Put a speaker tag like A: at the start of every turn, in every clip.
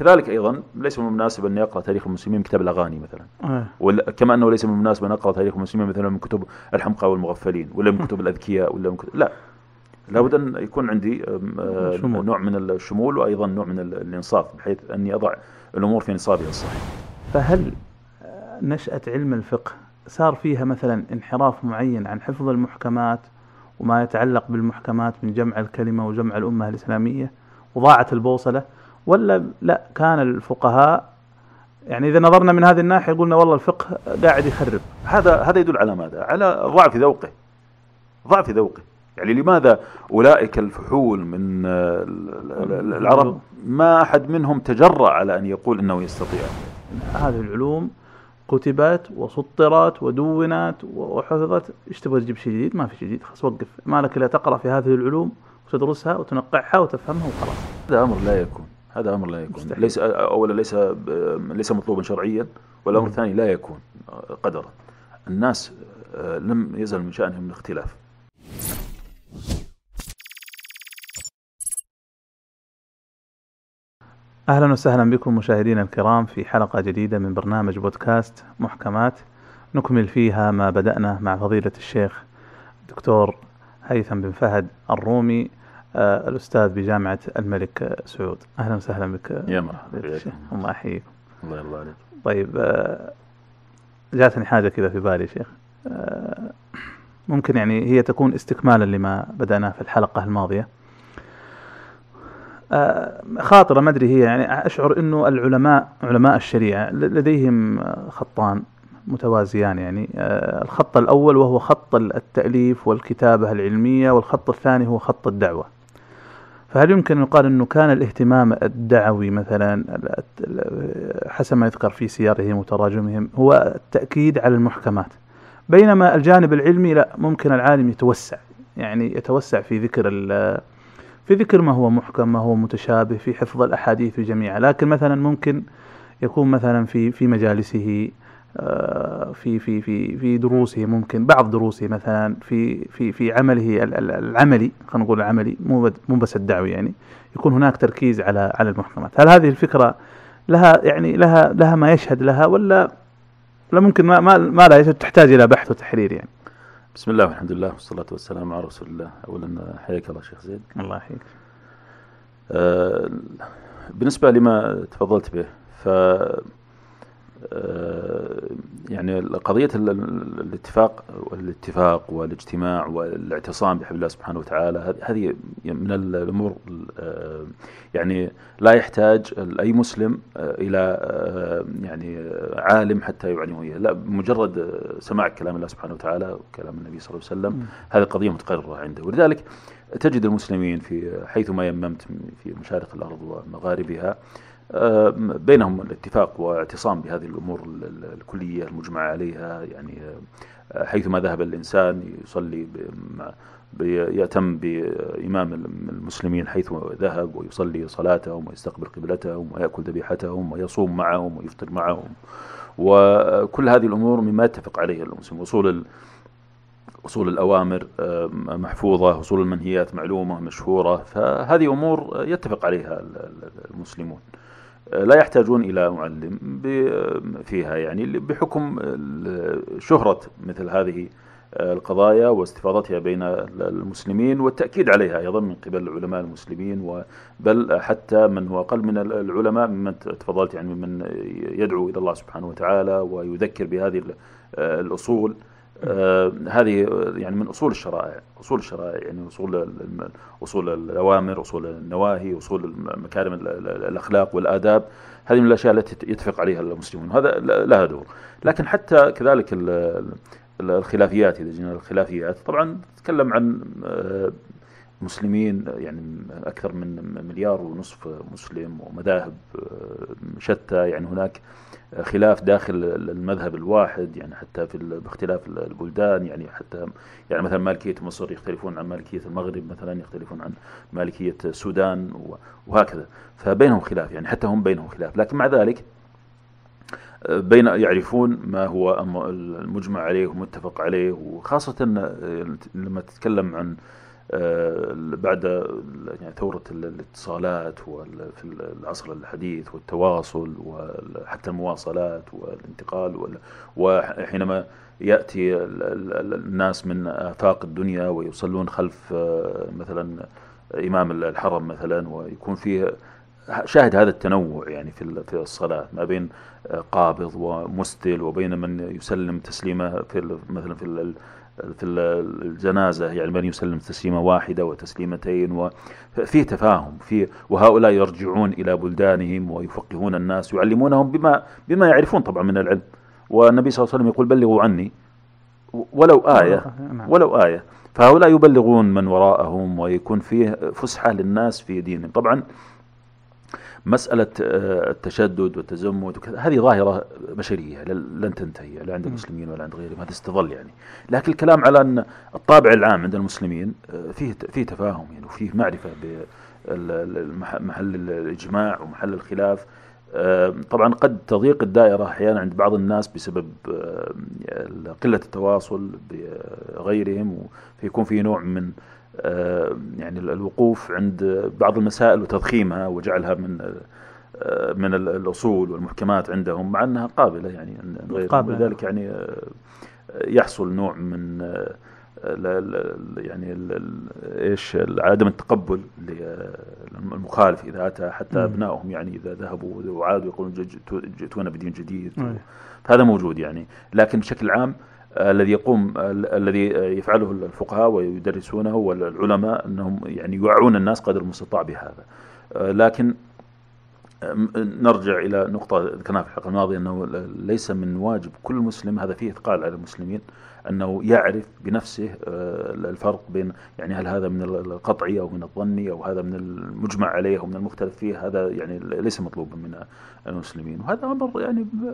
A: كذلك أيضا ليس من المناسب أن يقرأ تاريخ المسلمين من كتاب الأغاني مثلا، كما أنه ليس من المناسب أن يقرأ تاريخ المسلمين مثلا من كتب الحمقى والمغفلين ولا من كتب الأذكياء ولا من كتب لا، لابد أن يكون عندي نوع من الشمول وأيضا نوع من الإنصاف بحيث أني أضع الأمور في نصابها الصحيح.
B: فهل نشأة علم الفقه صار فيها مثلا انحراف معين عن حفظ المحكمات وما يتعلق بالمحكمات من جمع الكلمة وجمع الأمة الإسلامية وضاعت البوصلة، ولا لا كان الفقهاء يعني إذا نظرنا من هذه الناحية قلنا والله الفقه قاعد يخرب؟
A: هذا يدل على ماذا؟ على ضعف ذوقه. يعني لماذا أولئك الفحول من العرب ما أحد منهم تجرأ على أن يقول إنه يستطيع؟
B: هذه العلوم كتبت وسطرت ودونت وحفظت، ايش تبغى تجيب شيء جديد؟ ما في شيء جديد، خلاص وقف، ما لك إلا تقرأ في هذه العلوم وتدرسها وتنقعها وتفهمها وخلاص.
A: هذا أمر لا يكون ليس أولا ليس مطلوبا شرعيا، والأمر الثاني لا يكون قدرا. الناس لم يزل من شأنهم الاختلاف.
B: أهلا وسهلا بكم مشاهدينا الكرام في حلقة جديدة من برنامج بودكاست محكمات، نكمل فيها ما بدأنا مع فضيلة الشيخ دكتور هيثم بن فهد الرومي، الأستاذ بجامعة الملك سعود. أهلا وسهلا بك
A: يا مرحبا.
B: الله يحييكم.
A: الله يرضى عليك.
B: طيب، جاتني حاجة كذا في بالي شيخ، ممكن يعني هي تكون استكمالا لما بدأنا في الحلقة الماضية. خاطرة ما أدري هي، يعني أشعر أنه علماء الشريعة لديهم خطان متوازيان، يعني الخط الأول وهو خط التأليف والكتابة العلمية، والخط الثاني هو خط الدعوة. فهل يمكن أن يقال أنه كان الاهتمام الدعوي مثلا حسب ما يذكر في سيرهم وتراجمهم هو التأكيد على المحكمات، بينما الجانب العلمي لا، ممكن العالم يتوسع في ذكر ما هو محكم ما هو متشابه، في حفظ الأحاديث جميعا، لكن مثلا ممكن يكون مثلا في مجالسه، في دروسه، ممكن بعض دروسه مثلا في عمله العملي، خلينا نقول العملي مو بس الدعوي، يعني يكون هناك تركيز على المحكمات. هل هذه الفكرة لها ما يشهد لها، ولا ممكن ما لا يشهد، تحتاج إلى بحث وتحرير يعني؟
A: بسم الله والحمد لله والصلاة والسلام على رسول الله. أولا حياك الله شيخ زيد.
B: الله يحييك.
A: بالنسبة لما تفضلت به، ف يعني قضية الاتفاق والاجتماع والاعتصام بحبل الله سبحانه وتعالى، هذه من الأمور يعني لا يحتاج أي مسلم إلى يعني عالم حتى يعلمه إياه، لا، بمجرد سماع كلام الله سبحانه وتعالى وكلام النبي صلى الله عليه وسلم هذه قضية متقررة عنده. ولذلك تجد المسلمين في حيثما يممت في مشارق الأرض ومغاربها بينهم الاتفاق واعتصام بهذه الأمور الكلية المجمع عليها، يعني حيثما ذهب الإنسان يصلي يأتم بإمام المسلمين حيث ذهب، ويصلي صلاتهم ويستقبل قبلتهم ويأكل ذبيحتهم ويصوم معهم ويفطر معهم، وكل هذه الأمور مما يتفق عليه المسلم. وصول الأوامر محفوظة، وصول المنهيات معلومة مشهورة، فهذه أمور يتفق عليها المسلمون، لا يحتاجون إلى معلم فيها، يعني بحكم شهرة مثل هذه القضايا واستفاضتها بين المسلمين والتأكيد عليها أيضا من قبل العلماء المسلمين، بل حتى من هو أقل من العلماء ممن تفضلت، يعني من يدعو إلى الله سبحانه وتعالى ويذكر بهذه الأصول. هذه يعني من أصول الشرائع، يعني أصول الأوامر، أصول النواهي، أصول مكارم الأخلاق والآداب، هذه من الأشياء التي يتفق عليها المسلمون، هذا لها دور. لكن حتى كذلك الخلافيات، إذا جينا الخلافيات، طبعا نتكلم عن مسلمين يعني أكثر من 1.5 مليار مسلم، ومذاهب شتى، يعني هناك خلاف داخل المذهب الواحد، يعني حتى باختلاف البلدان، يعني حتى يعني مثلا مالكية مصر يختلفون عن مالكية المغرب مثلا، يختلفون عن مالكية السودان، وهكذا، فبينهم خلاف، يعني حتى هم بينهم خلاف، لكن مع ذلك يعرفون ما هو المجمع عليه ومتفق عليه. وخاصة لما تتكلم عن بعد يعني ثورة الاتصالات في العصر الحديث والتواصل وحتى المواصلات والانتقال، وحينما يأتي الناس من آفاق الدنيا ويصلون خلف مثلا إمام الحرم مثلا، ويكون فيه شاهد هذا التنوع يعني في الصلاة ما بين قابض ومستل، وبين من يسلم تسليمة مثلا في الجنازة، يعني من يسلم تسليمة واحدة وتسليمتين، وفيه تفاهم وهؤلاء يرجعون إلى بلدانهم ويفقهون الناس، يعلمونهم بما يعرفون طبعا من العلم. والنبي صلى الله عليه وسلم يقول بلغوا عني ولو آية. فهؤلاء يبلغون من وراءهم، ويكون فيه فسحة للناس في دينهم. طبعا مسألة التشدد والتزمت وكذا هذه ظاهرة بشرية لن تنتهي لا عند المسلمين ولا عند غيرهم، هذا استظل يعني. لكن الكلام على أن الطابع العام عند المسلمين فيه تفاهم يعني، وفيه معرفة بمحل الإجماع ومحل الخلاف. طبعا قد تضيق الدائرة أحيانا عند بعض الناس بسبب قلة التواصل بغيرهم، فيكون في نوع من يعني الوقوف عند بعض المسائل وتضخيمها وجعلها من الأصول والمحكمات عندهم، مع أنها قابلة يعني غير ذلك. يعني يحصل نوع من يعني ايش عدم التقبل للمخالف اذا اتى، حتى ابنائهم يعني اذا ذهبوا وعادوا يقولون جئتونا بدين جديد. هذا موجود يعني. لكن بشكل عام الذي يفعله الفقهاء ويدرسونه والعلماء انهم يعني يوعون الناس قدر المستطاع بهذا. لكن نرجع إلى نقطة ذكرناها في الحلقة الماضية، أنه ليس من واجب كل مسلم، هذا فيه إثقال على المسلمين، أنه يعرف بنفسه الفرق بين يعني هل هذا من القطعي أو من الظني أو هذا من المجمع عليه أو من المختلف فيه. هذا يعني ليس مطلوبا من المسلمين، وهذا أمر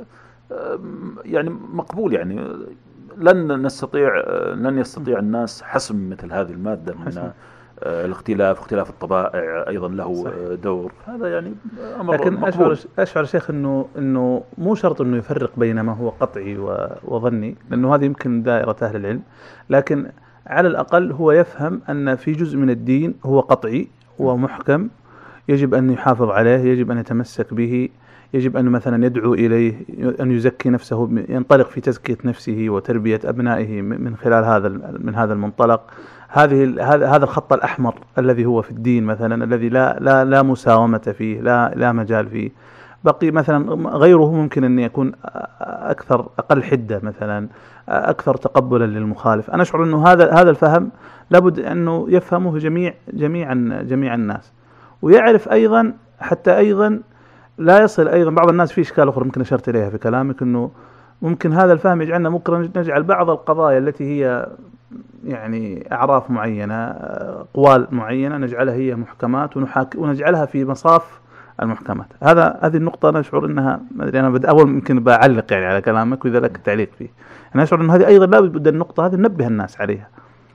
A: يعني مقبول. يعني لن يستطيع الناس حسم مثل هذه المادة من اختلاف الطبائع أيضا له صحيح. دور هذا يعني أمر
B: لكن
A: مقبول.
B: أشعر شيخ إنه مو شرط إنه يفرق بين ما هو قطعي وظني، لأنه هذه يمكن دائرة أهل العلم، لكن على الأقل هو يفهم أن في جزء من الدين هو قطعي ومحكم يجب أن يحافظ عليه، يجب أن يتمسك به، يجب أن مثلا يدعو إليه، أن يزكي نفسه، ينطلق في تزكية نفسه وتربية أبنائه من خلال هذا المنطلق. هذا الخط الأحمر الذي هو في الدين مثلا، الذي لا مساومة فيه، لا مجال فيه. بقي مثلا غيره ممكن أن يكون أقل حدة مثلا، أكثر تقبلا للمخالف. أنا أشعر أنه هذا الفهم لابد أنه يفهمه جميع الناس، ويعرف أيضا حتى أيضا لا يصل أيضا بعض الناس في إشكال أخرى ممكن أشرت إليها في كلامك، أنه ممكن هذا الفهم يجعلنا ممكن نجعل بعض القضايا التي هي يعني أعراف معينة، أقوال معينة، نجعلها هي محكمات ونجعلها في مصاف المحكمات. هذه النقطة أنا أشعر أنها، ما أدري، أنا أول ممكن بعلق يعني على كلامك وإذا لك تعليق فيه. أنا أشعر أن هذه أيضا لابد النقطة هذه ننبه الناس عليها.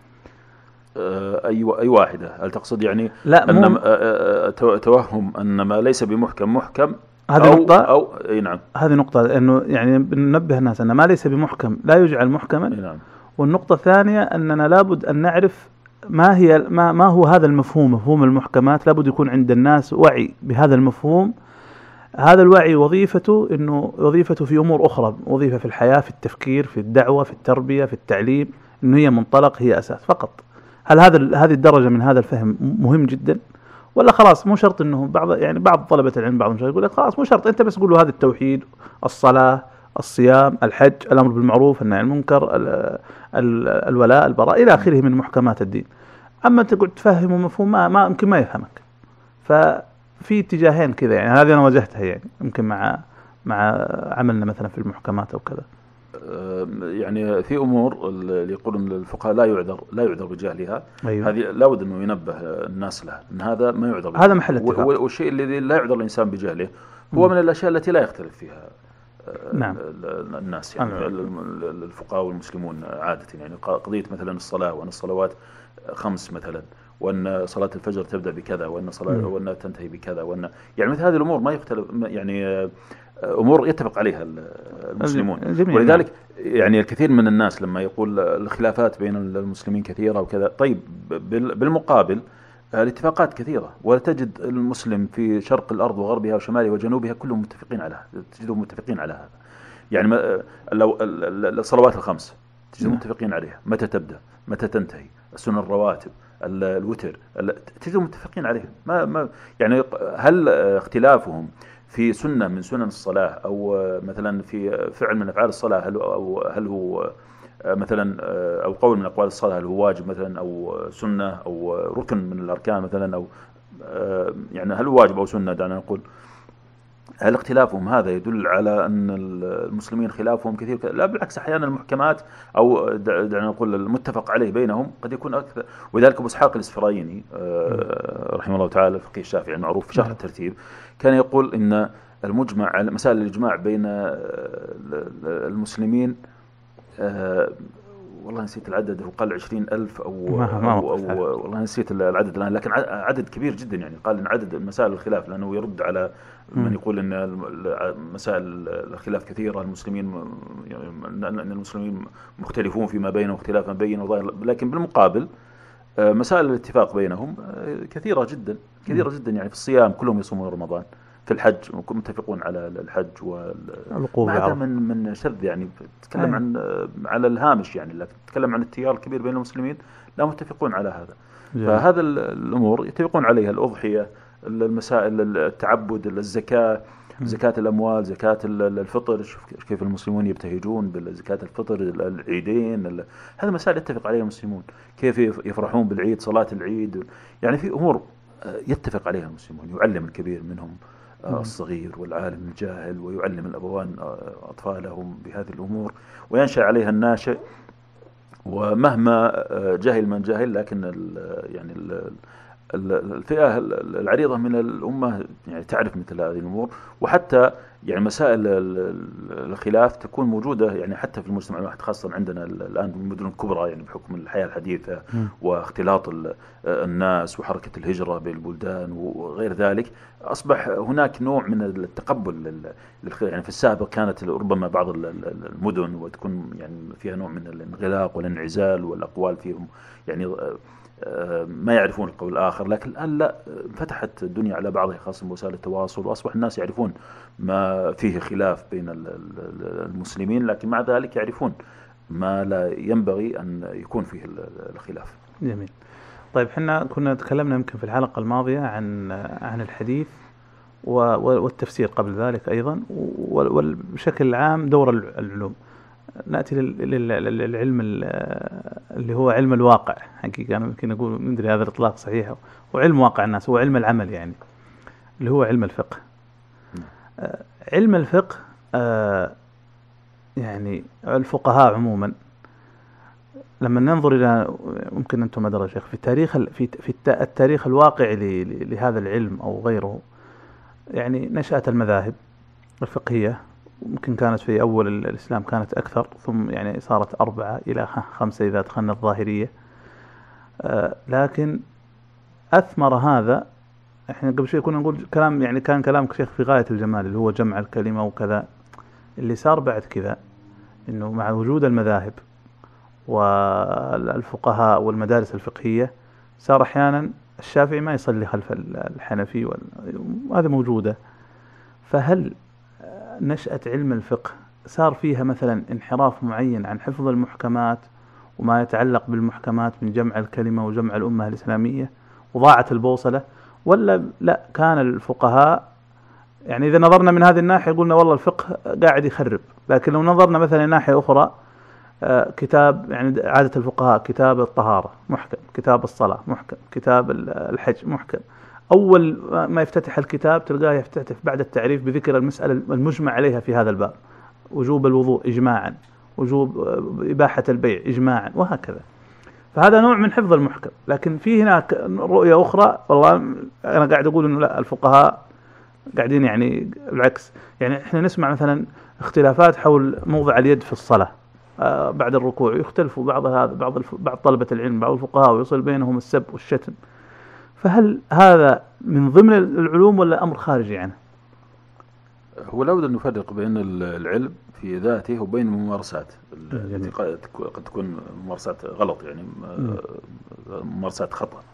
A: أي واحدة؟ هل تقصد يعني
B: لا
A: أن توهم أن ما ليس بمحكم محكم؟
B: هذه نقطة
A: أي نعم،
B: هذه نقطة إنه يعني بننبه الناس أن ما ليس بمحكم لا يجعل محكما.
A: نعم.
B: والنقطة الثانية أننا لابد أن نعرف ما هو هذا المفهوم، مفهوم المحكمات. لابد يكون عند الناس وعي بهذا المفهوم. هذا الوعي وظيفته في أمور أخرى، وظيفة في الحياة، في التفكير، في الدعوة، في التربية، في التعليم، إنه هي منطلق، هي أساس فقط. هل هذه الدرجة من هذا الفهم مهم جدا، ولا خلاص مو شرط؟ إنه بعض طلبة العلم بعضهم يقول لك خلاص مو شرط، أنت بس قول له هذا التوحيد، الصلاة، الصيام، الحج، الأمر بالمعروف، النهي عن المنكر، الولاء، البراء، إلى آخره من محكمات الدين. أما تقعد تفهمه مفهوم ما يمكن ما يفهمك. ففي اتجاهين كذا يعني، هذه أنا واجهتها يعني يمكن مع عملنا مثلا في المحكمات أو كذا.
A: يعني في أمور اللي يقولون الفقهاء لا يعذر بجهلها.
B: أيوة.
A: هذه لابد أنه ينبه الناس لها أن هذا ما يعذر بجهله.
B: هذا محل اتفاق.
A: والشيء الذي لا يعذر الإنسان بجهله هو من الأشياء التي لا يختلف فيها
B: نعم.
A: الناس يعني الفقهاء والمسلمون عادة. يعني قضية مثلا الصلاة، وأن الصلوات 5 مثلا، وأن صلاة الفجر تبدأ بكذا، وأن تنتهي بكذا، يعني مثل هذه الأمور ما يختلف يعني. أمور يتفق عليها المسلمون. ولذلك يعني الكثير من الناس لما يقول الخلافات بين المسلمين كثيرة وكذا، طيب بالمقابل الاتفاقات كثيرة، ولا تجد المسلم في شرق الأرض وغربها وشمالها وجنوبها كلهم متفقين على هذا، تجدهم متفقين على هذا. يعني لو الصلوات الخمس تجدهم متفقين عليها، متى تبدأ متى تنتهي، السنن الرواتب، الوتر، تجدهم متفقين عليها. ما يعني هل اختلافهم في سنة من سنن الصلاة أو مثلا في فعل من أفعال الصلاة هل هو مثلا أو قول من أقوال الصلاة هل هو واجب مثلا أو سنة أو ركن من الأركان مثلا، أو يعني هل هو واجب أو سنة، دعنا نقول هل اختلافهم هذا يدل على أن المسلمين خلافهم كثير؟ لا بالعكس، أحيانا المحكمات أو دعنا نقول المتفق عليه بينهم قد يكون أكثر. وذلك أبو إسحاق الإسفرايني رحمه الله تعالى الفقيه الشافعي المعروف في شرح الترتيب كان يقول إن المجمع على مسائل الإجماع بين المسلمين والله نسيت العدد، هو قال 20,000 أو والله نسيت العدد الآن، لكن عدد كبير جدا. يعني قال إن عدد مسائل الخلاف، لأنه يرد على من يقول إن مسائل الخلاف كثيرة، المسلمين أن المسلمين مختلفون فيما بينهم اختلافا بين وظاهر، لكن بالمقابل مسائل الاتفاق بينهم كثيرة جدا كثيرة جدا. يعني في الصيام كلهم يصومون رمضان، في الحج متفقون على الحج هذا من شذ. يعني تتكلم عن على الهامش يعني، لكن تتكلم عن التيار الكبير بين المسلمين لا متفقون على هذا. فهذا الأمور يتفقون عليها، الأضحية، المسائل التعبد، الزكاة، زكاة الأموال، زكاة الفطر، شوف كيف المسلمون يبتهجون بالزكاة الفطر، العيدين، هذا مسائل يتفق عليها المسلمون، كيف يفرحون بالعيد، صلاة العيد. يعني في أمور يتفق عليها المسلمون، يعلم الكبير منهم الصغير والعالم الجاهل، ويعلم الأبوان أطفالهم بهذه الأمور، وينشأ عليها الناشئ. ومهما جهل من جهل، لكن يعني الفئة العريضة من الأمة يعني تعرف مثل هذه الأمور. وحتى يعني مسائل الخلاف تكون موجودة يعني حتى في المجتمع الواحد، خاصة عندنا الآن المدن الكبرى، يعني بحكم الحياة الحديثة واختلاط الناس وحركة الهجرة بين البلدان وغير ذلك، أصبح هناك نوع من التقبل يعني في السابق كانت ربما بعض المدن وتكون يعني فيها نوع من الانغلاق والانعزال، والأقوال فيهم يعني ما يعرفون القول الآخر. لكن الآن لا، فتحت الدنيا على بعضها خاصة بوسائل التواصل، وأصبح الناس يعرفون ما فيه خلاف بين المسلمين، لكن مع ذلك يعرفون ما لا ينبغي أن يكون فيه الخلاف.
B: جميل. طيب حنا كنا تكلمنا يمكن في الحلقة الماضية عن الحديث والتفسير قبل ذلك أيضا، وبشكل عام دور العلوم. نأتي للعلم اللي هو علم الواقع حقيقة. أنا يمكن أقول ندري هذا الإطلاق صحيح، وعلم واقع الناس هو علم العمل، يعني اللي هو علم الفقه. علم الفقه يعني الفقهاء عموما لما ننظر إلى، ممكن أنتم أدرى شيخ، في التاريخ الواقعي لهذا العلم أو غيره، يعني نشأت المذاهب الفقهية ممكن كانت في أول الإسلام كانت أكثر، ثم يعني صارت 4 إلى 5 إذا دخلنا الظاهرية. لكن أثمر هذا، إحنا قبل شوي كنا نقول كلام، يعني كان كلامك شيخ في غاية الجمال، اللي هو جمع الكلمة وكذا. اللي صار بعد كذا إنه مع وجود المذاهب والفقهاء والمدارس الفقهية، صار أحيانا الشافعي ما يصلي خلف الحنفي، وهذا موجودة. فهل نشأة علم الفقه صار فيها مثلا انحراف معين عن حفظ المحكمات وما يتعلق بالمحكمات من جمع الكلمة وجمع الأمة الإسلامية وضاعت البوصلة، ولا لا كان الفقهاء، يعني إذا نظرنا من هذه الناحية قلنا والله الفقه قاعد يخرب، لكن لو نظرنا مثلا ناحية أخرى، كتاب يعني عادة الفقهاء كتاب الطهارة محكم، كتاب الصلاة محكم، كتاب الحج محكم. أول ما يفتتح الكتاب تلقاه يفتتح بعد التعريف بذكر المسألة المجمع عليها في هذا الباب، وجوب الوضوء إجماعا، وجوب إباحة البيع إجماعا، وهكذا. فهذا نوع من حفظ المحكم. لكن في هناك رؤية أخرى، والله أنا قاعد أقول إنه لا، الفقهاء قاعدين يعني بالعكس. يعني إحنا نسمع مثلا اختلافات حول موضع اليد في الصلاة بعد الركوع، يختلفوا بعض طلبة العلم، بعض الفقهاء، ويصل بينهم السب والشتم. فهل هذا من ضمن العلوم ولا أمر خارجي عنه؟
A: هو لابد أن نفرق بين العلم في ذاته وبين الممارسات التي
B: جميل.
A: قد تكون ممارسات غلط، يعني ممارسات خطأ.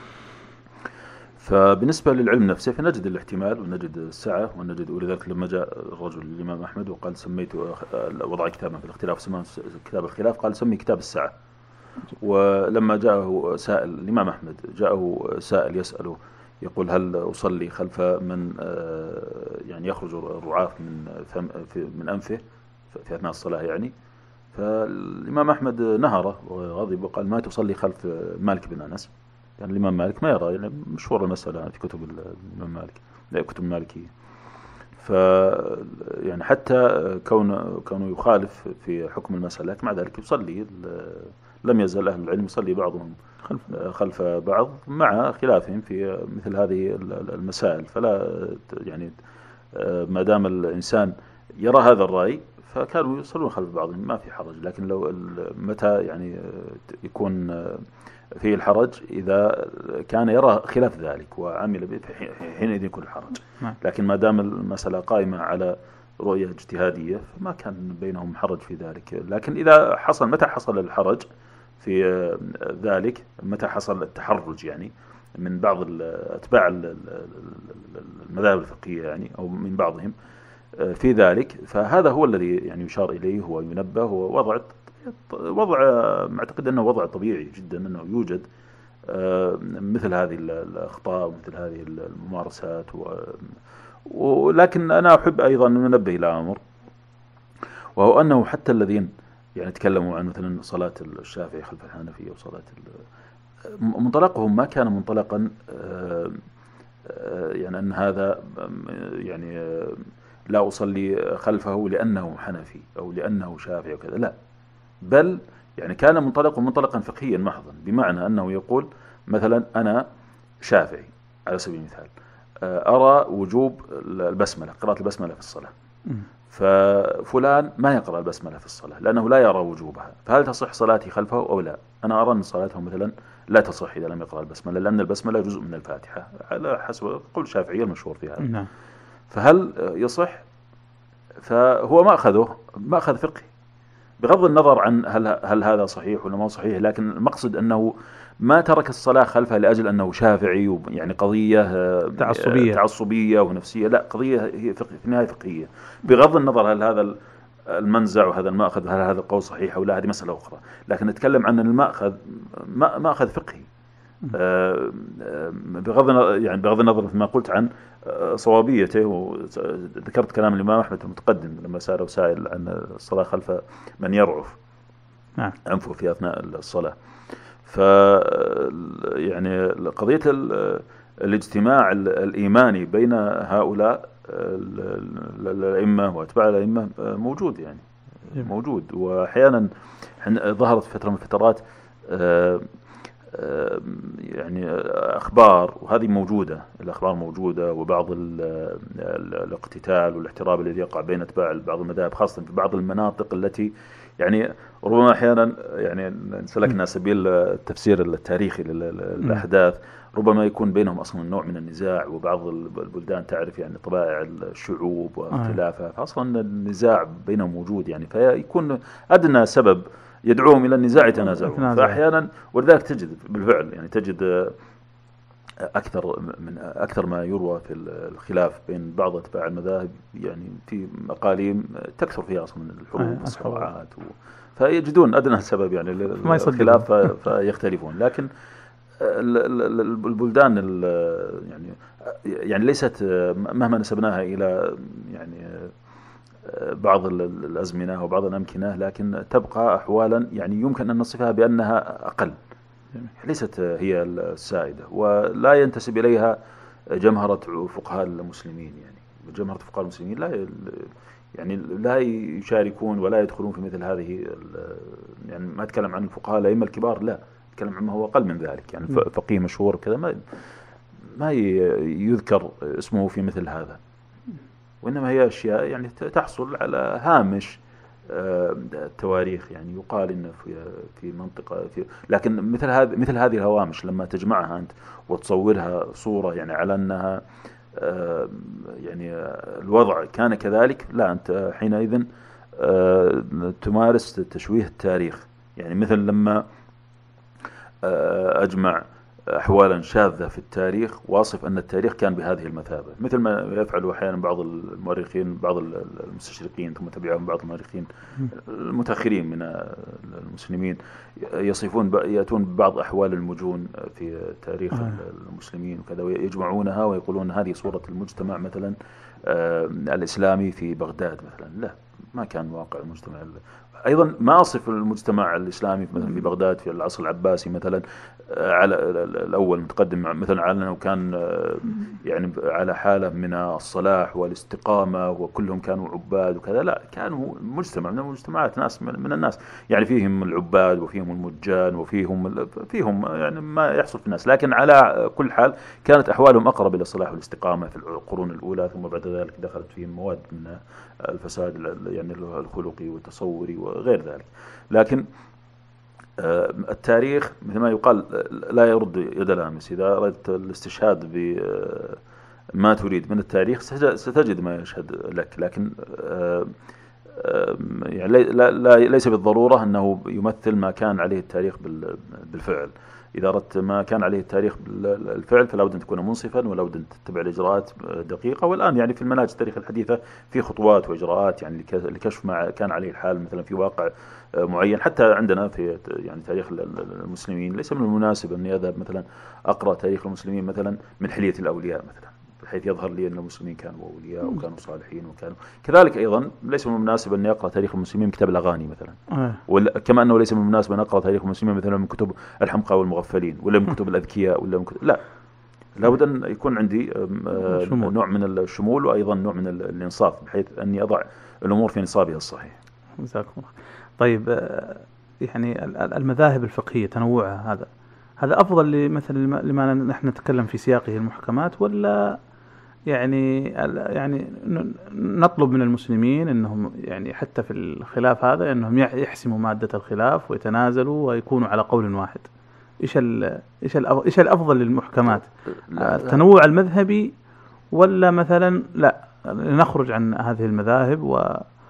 A: فبالنسبة للعلم نفسه فنجد الاحتمال ونجد السعة ونجد، ولذلك لما جاء الرجل للإمام أحمد وقال سميت، وضع كتابا في الاختلاف سماه كتاب الخلاف، قال سمي كتاب السعة. ولما جاءه سائل الإمام أحمد، جاءه سائل يسأله يقول هل أصلي خلف من يعني يخرج الرعاف من أنفه في أثناء الصلاة يعني؟ فالإمام أحمد نهره وغضب وقال ما تصلي خلف مالك بن أنس. يعني الإمام مالك ما يرى، يعني مشهور المسألة في كتب الإمام مالك، لا كتب المالكية. ف يعني حتى كونه يخالف في حكم المسألة، لكن مع ذلك يصلي. لم يزل أهل العلم يصلي بعضهم خلف بعض مع خلافهم في مثل هذه المسائل. فلا يعني ما دام الإنسان يرى هذا الرأي فكانوا يصلون خلف بعضهم ما في حرج. لكن لو متى يعني يكون فيه الحرج إذا كان يرى خلاف ذلك وعمل به، حينئذ يكون الحرج. لكن ما دام المسألة قائمة على رؤية اجتهادية فما كان بينهم حرج في ذلك. لكن إذا حصل، متى حصل الحرج في ذلك، متى حصل التحرج يعني من بعض أتباع المذاهب الفقهية يعني أو من بعضهم في ذلك، فهذا هو الذي يعني يشار إليه وينبه. وضع أعتقد أنه وضع طبيعي جدا أنه يوجد مثل هذه الأخطاء ومثل هذه الممارسات. ولكن أنا أحب أيضا أن ننبه إلى أمر، وهو أنه حتى الذين يعني تكلموا عن مثلا صلاة الشافعي خلف الحنفية وصلاة منطلقهم ما كان منطلقا يعني أن هذا يعني لا أصلي خلفه لأنه حنفي أو لأنه شافعي وكذا، لا، بل يعني كان منطلقا فقهيا محضا، بمعنى أنه يقول مثلا أنا شافعي على سبيل المثال، أرى وجوب البسملة، قراءة البسملة في الصلاة، ففلان ما يقرأ البسملة في الصلاة لأنه لا يرى وجوبها، فهل تصح صلاتي خلفه أو لا؟ أنا أرى أن صلاته مثلا لا تصح إذا لم يقرأ البسملة، لأن البسملة جزء من الفاتحة على حسب قول الشافعي المشهور في هذا. فهل يصح؟ فهو مأخذ فقهي بغض النظر عن هل هذا صحيح ولا ما صحيح، لكن المقصد أنه ما ترك الصلاة خلفها لأجل أنه شافعي، يعني قضية تعصبية ونفسية، لا، قضية هي في النهاية فقهية، بغض النظر هل هذا المنزع وهذا المأخذ هل هذا القول صحيح أو لا، هذه مسألة أخرى. لكن نتكلم عن المأخذ مأخذ فقهي، بغض النظر ما قلت عن صوابيته. وذكرت كلام الإمام أحمد المتقدم لما سأله سائل عن الصلاة خلف من يرعف أنفه في أثناء الصلاة. يعني قضية الاجتماع الإيماني بين هؤلاء الأئمة وأتباع الأئمة موجود، يعني موجود. وأحيانا ظهرت فترة من الفترات يعني أخبار، وهذه موجودة، الأخبار موجودة، وبعض الاقتتال والاحتراب الذي يقع بين أتباع بعض المذاهب، خاصة في بعض المناطق التي يعني ربما أحيانا يعني سلكنا سبيل التفسير التاريخي للأحداث، ربما يكون بينهم أصلا نوع من النزاع. وبعض البلدان تعرف يعني طبائع الشعوب واختلافها، فأصلا النزاع بينهم موجود يعني، فيكون أدنى سبب يدعوهم إلى النزاع يتنازعون. فأحيانا ولذلك تجد بالفعل يعني تجد أكثر ما يروى في الخلاف بين بعض أتباع المذاهب، يعني في مقاليم تكثر فيها أصلا الحروب والصراعات، فيجدون أدنى سبب يعني للخلاف فيختلفون. لكن البلدان يعني ليست مهما نسبناها إلى يعني بعض الأزمنة وبعض الأمكنة، لكن تبقى أحوالا يعني يمكن أن نصفها بأنها أقل، ليست هي السائدة، ولا ينتسب إليها جمهرة فقهاء المسلمين. يعني جمهرة فقهاء المسلمين لا يشاركون ولا يدخلون في مثل هذه، يعني ما أتكلم عن الفقهاء الأئمة الكبار، لا أتكلم عن ما هو أقل من ذلك، يعني فقيه مشهور كذا ما يذكر اسمه في مثل هذا، وإنما هي أشياء يعني تحصل على هامش التواريخ، يعني يقال إن في منطقة لكن مثل هذه الهوامش لما تجمعها أنت وتصورها صورة يعني على أنها يعني الوضع كان كذلك، لا أنت حينئذ تمارس تشويه التاريخ. يعني مثل لما أجمع أحوالا شاذة في التاريخ واصف أن التاريخ كان بهذه المثابة، مثل ما يفعل أحيانا بعض المؤرخين، بعض المستشرقين ثم تبعهم بعض المؤرخين المتأخرين من المسلمين، يأتون ببعض أحوال المجون في تاريخ المسلمين وكذا، ويجمعونها ويقولون هذه صورة المجتمع مثلا الإسلامي في بغداد مثلا. لا، ما كان واقع المجتمع. أيضا ما أصف المجتمع الإسلامي مثلا في بغداد في العصر العباسي مثلا على الأول متقدم، مثلا على أنه كان يعني على حالة من الصلاح والاستقامة وكلهم كانوا عباد وكذا. لا، كانوا مجتمع من المجتمعات، ناس من الناس يعني فيهم العباد وفيهم المجان وفيهم يعني ما يحصل في الناس، لكن على كل حال كانت أحوالهم أقرب إلى الصلاح والاستقامة في القرون الأولى، ثم بعد ذلك دخلت فيهم مواد من الفساد يعني الخلقي والتصوري وغير ذلك. لكن التاريخ مثل ما يقال لا يرد يد الآمس. إذا أردت الاستشهاد بما تريد من التاريخ ستجد ما يشهد لك، لكن يعني ليس بالضرورة أنه يمثل ما كان عليه التاريخ بالفعل. إذا أردت ما كان عليه التاريخ بالفعل فلا بد أن تكون منصفا، ولا بد أن تتبع الإجراءات دقيقة. والآن يعني في المناهج التاريخ الحديثة في خطوات وإجراءات يعني لكشف ما كان عليه الحال مثلا في واقع معين. حتى عندنا في يعني تاريخ المسلمين ليس من المناسب أن يذهب مثلا أقرأ تاريخ المسلمين مثلا من حلية الأولياء مثلا، بحيث يظهر لي أن المسلمين كانوا أولياء وكانوا صالحين وكانوا كذلك. أيضا ليس من المناسب أن يقرأ تاريخ المسلمين من كتاب الأغاني مثلا، كما أنه ليس من المناسب أن أقرأ تاريخ المسلمين مثلا من كتب الحمقى والمغفلين ولا من كتب الأذكياء ولا من كتب. لا، لابد أن يكون عندي نوع من الشمول وأيضا نوع من الإنصاف، بحيث أني أضع الأمور في نصابها الصحيح.
B: جزاكم الله. طيب، يعني المذاهب الفقهية تنوعها هذا أفضل مثلا لما نحن نتكلم في سياقه المحكمات، ولا يعني نطلب من المسلمين أنهم يعني حتى في الخلاف هذا أنهم يحسموا مادة الخلاف ويتنازلوا ويكونوا على قول واحد؟ إيش الأفضل للمحكمات، التنوع المذهبي ولا مثلا لا نخرج عن هذه المذاهب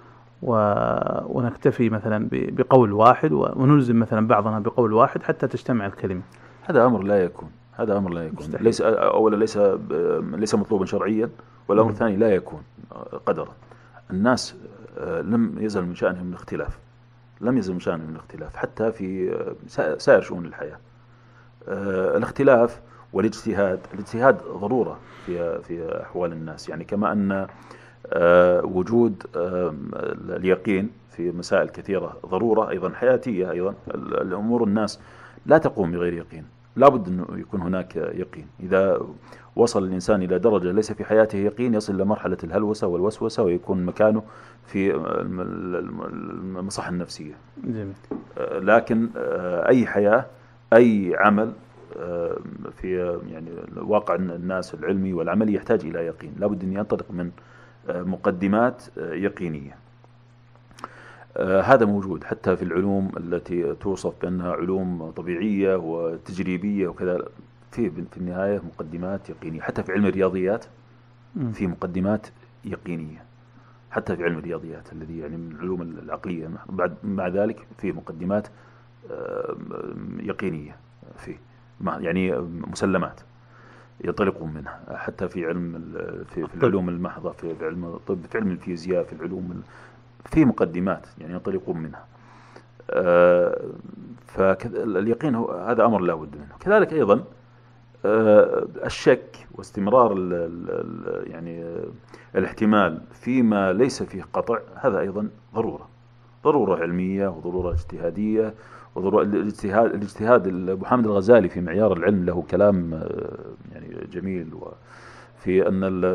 B: ونكتفي مثلا بقول واحد ونلزم مثلا بعضنا بقول واحد حتى تجتمع الكلمة؟
A: هذا أمر لا يكون. ليس أولا ليس مطلوبا شرعيا، والأمر الثاني لا يكون قدرا. الناس لم يزل من شأنهم الاختلاف حتى في سائر شؤون الحياة. الاختلاف والاجتهاد ضرورة في أحوال الناس، يعني كما أن وجود اليقين في مسائل كثيرة ضرورة أيضا حياتية. أيضا الأمور الناس لا تقوم بغير يقين، لا بد أن يكون هناك يقين. إذا وصل الإنسان إلى درجة ليس في حياته يقين يصل إلى مرحلة الهلوسة والوسوسة ويكون مكانه في المصحة النفسية.
B: جميل.
A: لكن أي حياة أي عمل في يعني واقع الناس العلمي والعملي يحتاج إلى يقين، لا بد أن ينطلق من مقدمات يقينية. هذا موجود حتى في العلوم التي توصف بأنها علوم طبيعية وتجريبية وكذا، في النهاية مقدمات يقينية. حتى في علم الرياضيات في مقدمات يقينية، حتى في علم الرياضيات الذي يعني من العلوم العقلية مع ذلك في مقدمات يقينية، في يعني مسلمات ينطلقون منها. حتى في علم في العلوم المحضة، في علم الطب، في علم الفيزياء، في العلوم في مقدمات يعني ينطلقون منها. فاليقين هذا أمر لا بد منه. كذلك أيضا الشك واستمرار يعني الاحتمال فيما ليس فيه قطع، هذا أيضا ضرورة علمية وضرورة اجتهادية وضرورة الاجتهاد. أبو حامد الغزالي في معيار العلم له كلام يعني جميل، وفي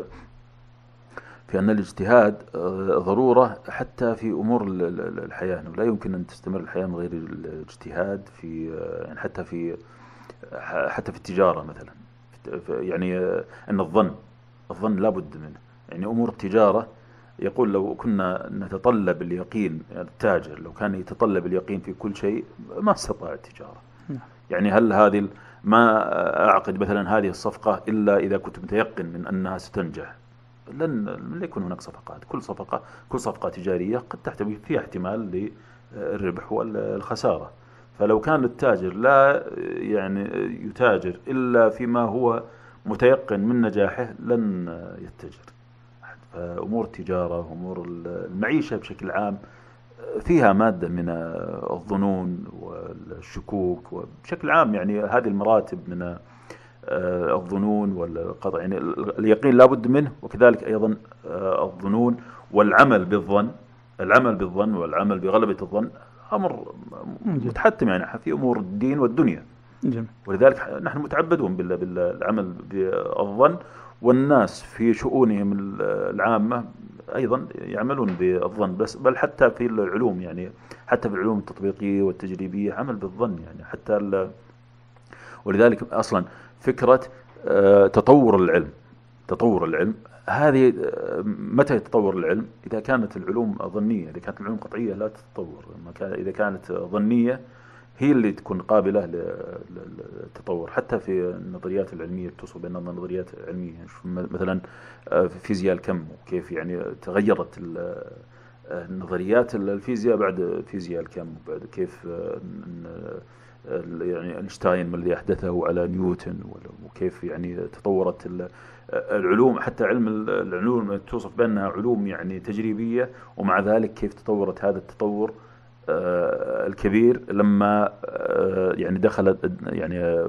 A: أن الاجتهاد ضرورة حتى في أمور الحياة، أنه لا يمكن أن تستمر الحياة من غير الاجتهاد في يعني حتى في التجارة مثلا. يعني أن الظن لا بد منه. يعني أمور التجارة يقول لو كنا نتطلب اليقين، يعني التاجر لو كان يتطلب اليقين في كل شيء ما استطاع التجارة. يعني هل هذه ما أعقد مثلا هذه الصفقة إلا إذا كنت متيقن من أنها ستنجح؟ لن يكون هناك صفقات. كل صفقة تجارية قد تحتوي فيها احتمال للربح والخسارة. فلو كان التاجر لا يعني يتاجر إلا فيما هو متيقن من نجاحه لن يتجر. فأمور التجارة وأمور المعيشة بشكل عام فيها مادة من الظنون والشكوك، وبشكل عام يعني هذه المراتب من الظنون والقطع. يعني اليقين لا بد منه، وكذلك أيضا الظنون والعمل بالظن. والعمل بغلبة الظن أمر متحتم يعني في أمور الدين والدنيا. ولذلك نحن متعبدون بالعمل بالظن، والناس في شؤونهم العامة أيضا يعملون بالظن، بل حتى في العلوم، يعني حتى في العلوم التطبيقية والتجريبية عمل بالظن يعني حتى ولذلك أصلا فكرة تطور العلم هذه متى يتطور العلم؟ إذا كانت العلوم ظنية. إذا كانت العلوم قطعية لا تتطور. إذا كانت ظنية هي اللي تكون قابلة للتطور. حتى في النظريات العلمية توصف بأنها نظريات علمية، مثلا في فيزياء الكم، وكيف يعني تغيرت نظريات الفيزياء بعد فيزياء الكم، وبعد كيف يعني أينشتاين ما اللي أحدثه على نيوتن، وكيف يعني تطورت العلوم. حتى العلوم توصف بأنها علوم يعني تجريبية، ومع ذلك كيف تطورت هذا التطور الكبير لما يعني دخلت يعني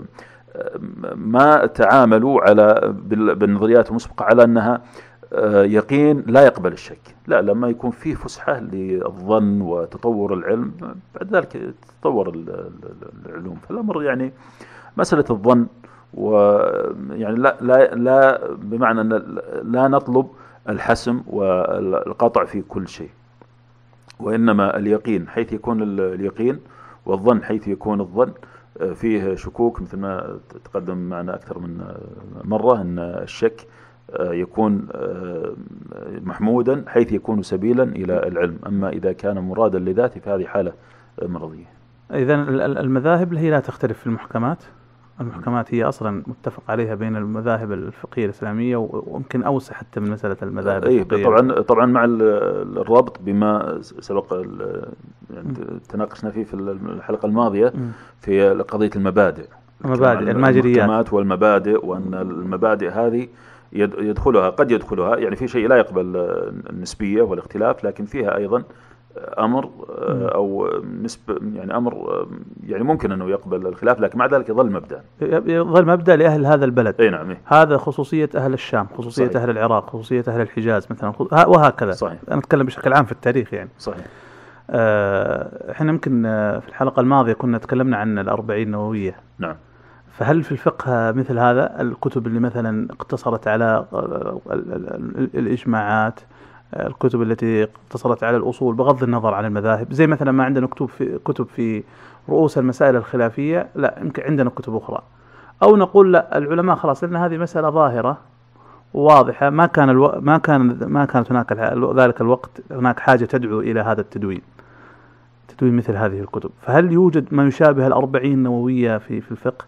A: ما تعاملوا بالنظريات المسبقة على أنها يقين لا يقبل الشك. لا، لما يكون فيه فسحة للظن وتطور العلم بعد ذلك تتطور العلوم. فالأمر يعني مسألة الظن، ويعني لا بمعنى أن لا نطلب الحسم والقطع في كل شيء، وإنما اليقين حيث يكون اليقين، والظن حيث يكون الظن. فيه شكوك مثل ما تقدم معنا أكثر من مرة، أن الشك يكون محمودا حيث يكون سبيلا إلى العلم. أما إذا كان مرادا لذاته فهذه حالة مرضية.
B: إذن المذاهب هي لا تختلف في المحكمات هي أصلا متفق عليها بين المذاهب الفقهية الإسلامية، ويمكن أوسع حتى من مسألة المذاهب الفقهية.
A: طبعا مع الربط بما سبق يعني تناقشنا فيه في الحلقة الماضية في قضية المبادئ الماجريات والمبادئ، وأن المبادئ هذه قد يدخلها يعني في شيء لا يقبل النسبية والاختلاف، لكن فيها أيضا أمر أو نسبة يعني أمر يعني ممكن أنه يقبل الخلاف، لكن مع ذلك يظل
B: مبدأ لأهل هذا البلد.
A: أي نعم.
B: هذا خصوصية أهل الشام، خصوصية صحيح. أهل العراق، خصوصية أهل الحجاز مثلا، وهكذا.
A: صحيح.
B: أنا أتكلم بشكل عام في التاريخ يعني.
A: صحيح.
B: إحنا يمكن في الحلقة الماضية كنا تكلمنا عن الأربعين النووية.
A: نعم.
B: فهل في الفقه مثل هذا الكتب اللي مثلا اقتصرت على الإجماعات، الكتب التي اقتصرت على الأصول بغض النظر عن المذاهب، زي مثلا ما عندنا كتب في رؤوس المسائل الخلافية، لا يمكن عندنا كتب أخرى، أو نقول لا العلماء خلاص لأن هذه مسألة ظاهرة وواضحة، ما كانت هناك ذلك الوقت هناك حاجة تدعو إلى هذا التدوين مثل هذه الكتب. فهل يوجد ما يشابه الأربعين النووية في الفقه؟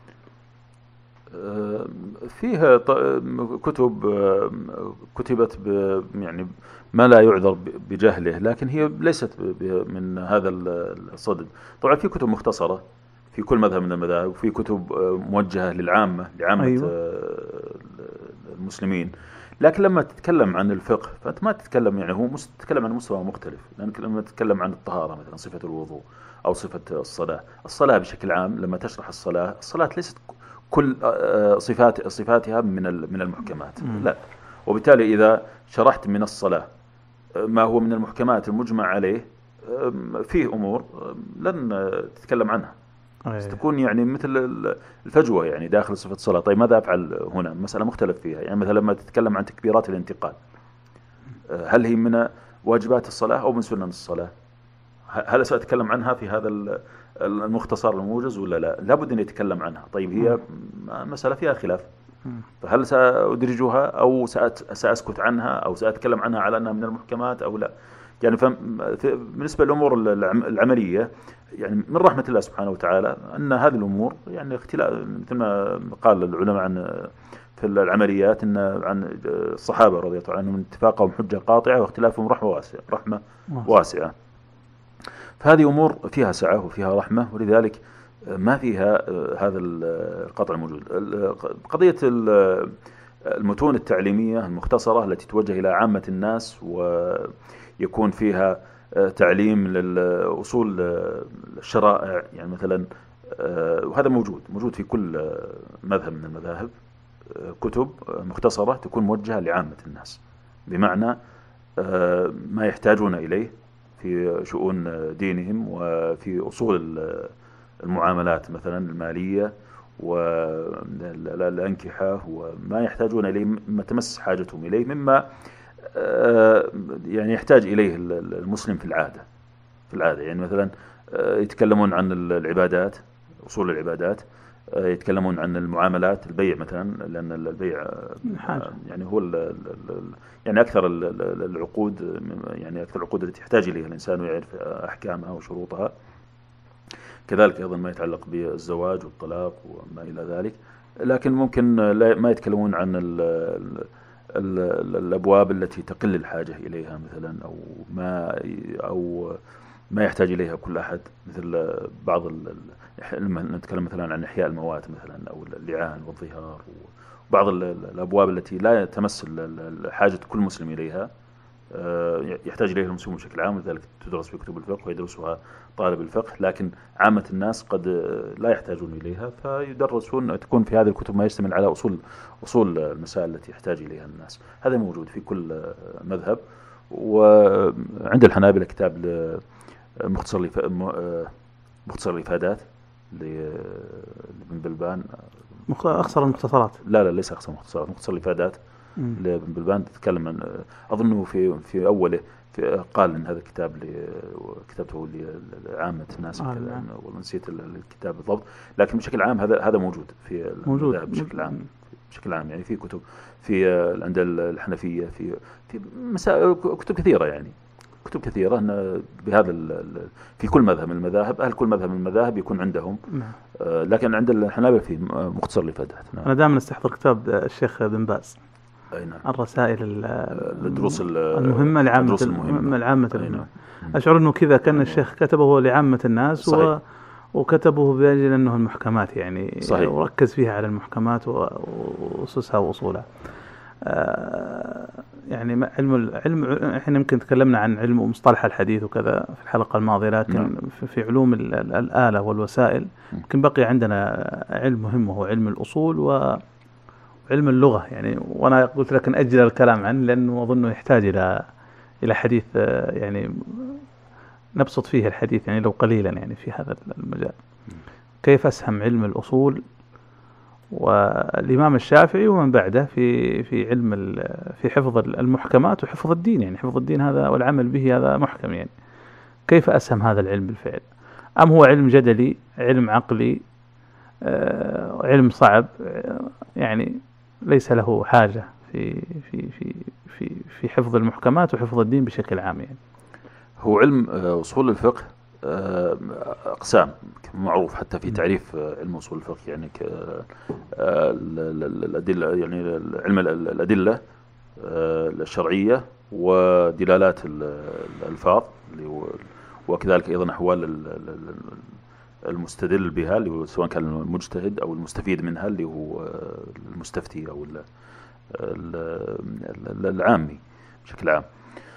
A: فيها كتب كتبت يعني ما لا يعذر بجهله، لكن هي ليست من هذا الصدد. طبعا في كتب مختصرة في كل مذهب من المذاهب، وفي كتب موجهة لعامة
B: أيوة.
A: المسلمين. لكن لما تتكلم عن الفقه فأنت ما تتكلم يعني هو تتكلم عن مستوى مختلف، لأنك لما تتكلم عن الطهارة مثلا صفة الوضوء أو صفة الصلاة بشكل عام، لما تشرح الصلاة ليست كل صفاتها من المحكمات. لا، وبالتالي إذا شرحت من الصلاة ما هو من المحكمات المجمع عليه، فيه أمور لن تتكلم عنها، ستكون يعني مثل الفجوة يعني داخل صفة الصلاة. طيب ماذا أفعل هنا؟ مسألة مختلف فيها. يعني مثلا لما تتكلم عن تكبيرات الانتقال، هل هي من واجبات الصلاة أو من سنن الصلاة؟ هل سأتكلم عنها في هذا المختصر الموجز ولا لا؟ لابد أن يتكلم عنها. طيب هي مسألة فيها خلاف، فهل سأدرجها أو سأسكت عنها أو سأتكلم عنها على أنها من المحكمات أو لا؟ يعني بالنسبة للأمور العملية، يعني من رحمة الله سبحانه وتعالى أن هذه الأمور يعني اختلاف، مثل ما قال العلماء عن في العمليات أن عن الصحابة رضي الله عنهم اتفاقهم حجة قاطعة واختلافهم رحمة واسعة. فهذه أمور فيها سعة وفيها رحمة، ولذلك ما فيها هذا القطع الموجود. قضية المتون التعليمية المختصرة التي توجه إلى عامة الناس ويكون فيها تعليم للأصول الشرائع يعني مثلا، وهذا موجود في كل مذهب من المذاهب، كتب مختصرة تكون موجهة لعامة الناس، بمعنى ما يحتاجون إليه في شؤون دينهم وفي أصول المعاملات مثلا المالية والأنكحة وما يحتاجون إليه، ما تمس حاجتهم إليه مما يعني يحتاج إليه المسلم في العادة يعني مثلا يتكلمون عن العبادات، أصول العبادات، يتكلمون عن المعاملات، البيع مثلا، لأن البيع يعني هو يعني أكثر العقود، يعني أكثر العقود التي يحتاج إليها الإنسان ويعرف أحكامها وشروطها. كذلك أيضا ما يتعلق بالزواج والطلاق وما إلى ذلك. لكن ممكن ما يتكلمون عن الأبواب التي تقل الحاجة إليها مثلا، أو ما يحتاج إليها كل أحد، مثل بعض نتكلم مثلا عن إحياء الموات مثلا، أو اللعان والظهار، وبعض الأبواب التي لا تمس حاجة كل مسلم إليها، يحتاج إليها المسلمون بشكل عام، ولذلك تدرس في كتب الفقه ويدرسها طالب الفقه. لكن عامة الناس قد لا يحتاجون إليها، فيدرسون تكون في هذه الكتب ما يشتمل على أصول المسائل التي يحتاج إليها الناس. هذا موجود في كل مذهب. وعند الحنابلة كتاب مختصر الإفادات لابن بلبان،
B: أخصر المختصرات.
A: لا ليس أخصر المختصرات، مختصر الإفادات لابن بلبان. تتكلم عن أظنه في أوله قال إن هذا الكتاب كتبته لعامة الناس كذا، ونسيت الكتاب بالضبط، لكن بشكل عام هذا موجود في المذاهب بشكل عام يعني في كتب في عند الحنفية، في كتب كثيرة، يعني كتب كثيرة أن بهذا في كل مذهب من المذاهب، أهل كل مذهب من المذاهب يكون عندهم. لكن عند الحنابلة في مختصر الإفادات.
B: أنا دائما استحضر كتاب الشيخ بن باز،
A: نعم.
B: الرسائل
A: الدروس
B: المهمة لعامة أشعر أنه كذا كان الشيخ كتبه لعامة الناس، وكتبه بأجل أنه المحكمات يعني
A: صحيح.
B: وركز فيها على المحكمات وأسسها وأصولها. يعني علم احنا يمكن تكلمنا عن علم ومصطلح الحديث وكذا في الحلقة الماضية، لكن في علوم الآلة والوسائل يمكن بقي عندنا علم مهم وهو علم الأصول وعلم اللغة يعني. وأنا قلت لك نأجل الكلام عنه لأنه أظنه يحتاج إلى حديث يعني نبسط فيه الحديث يعني لو قليلا يعني في هذا المجال. كيف أسهم علم الأصول والإمام الشافعي ومن بعده في علم في حفظ المحكمات وحفظ الدين، يعني حفظ الدين هذا والعمل به هذا محكم، يعني كيف أسهم هذا العلم بالفعل؟ أم هو علم جدلي، علم عقلي، علم صعب يعني ليس له حاجة في حفظ المحكمات وحفظ الدين بشكل عام؟ يعني هو
A: علم أصول الفقه أقسام معروف حتى في تعريف علم أصول الفقه، يعني الأدلة، يعني علم الأدلة الشرعية ودلالات الألفاظ، وكذلك أيضا أحوال المستدل بها اللي هو سواء كان المجتهد أو المستفيد منها اللي هو المستفتي أو العامي بشكل عام.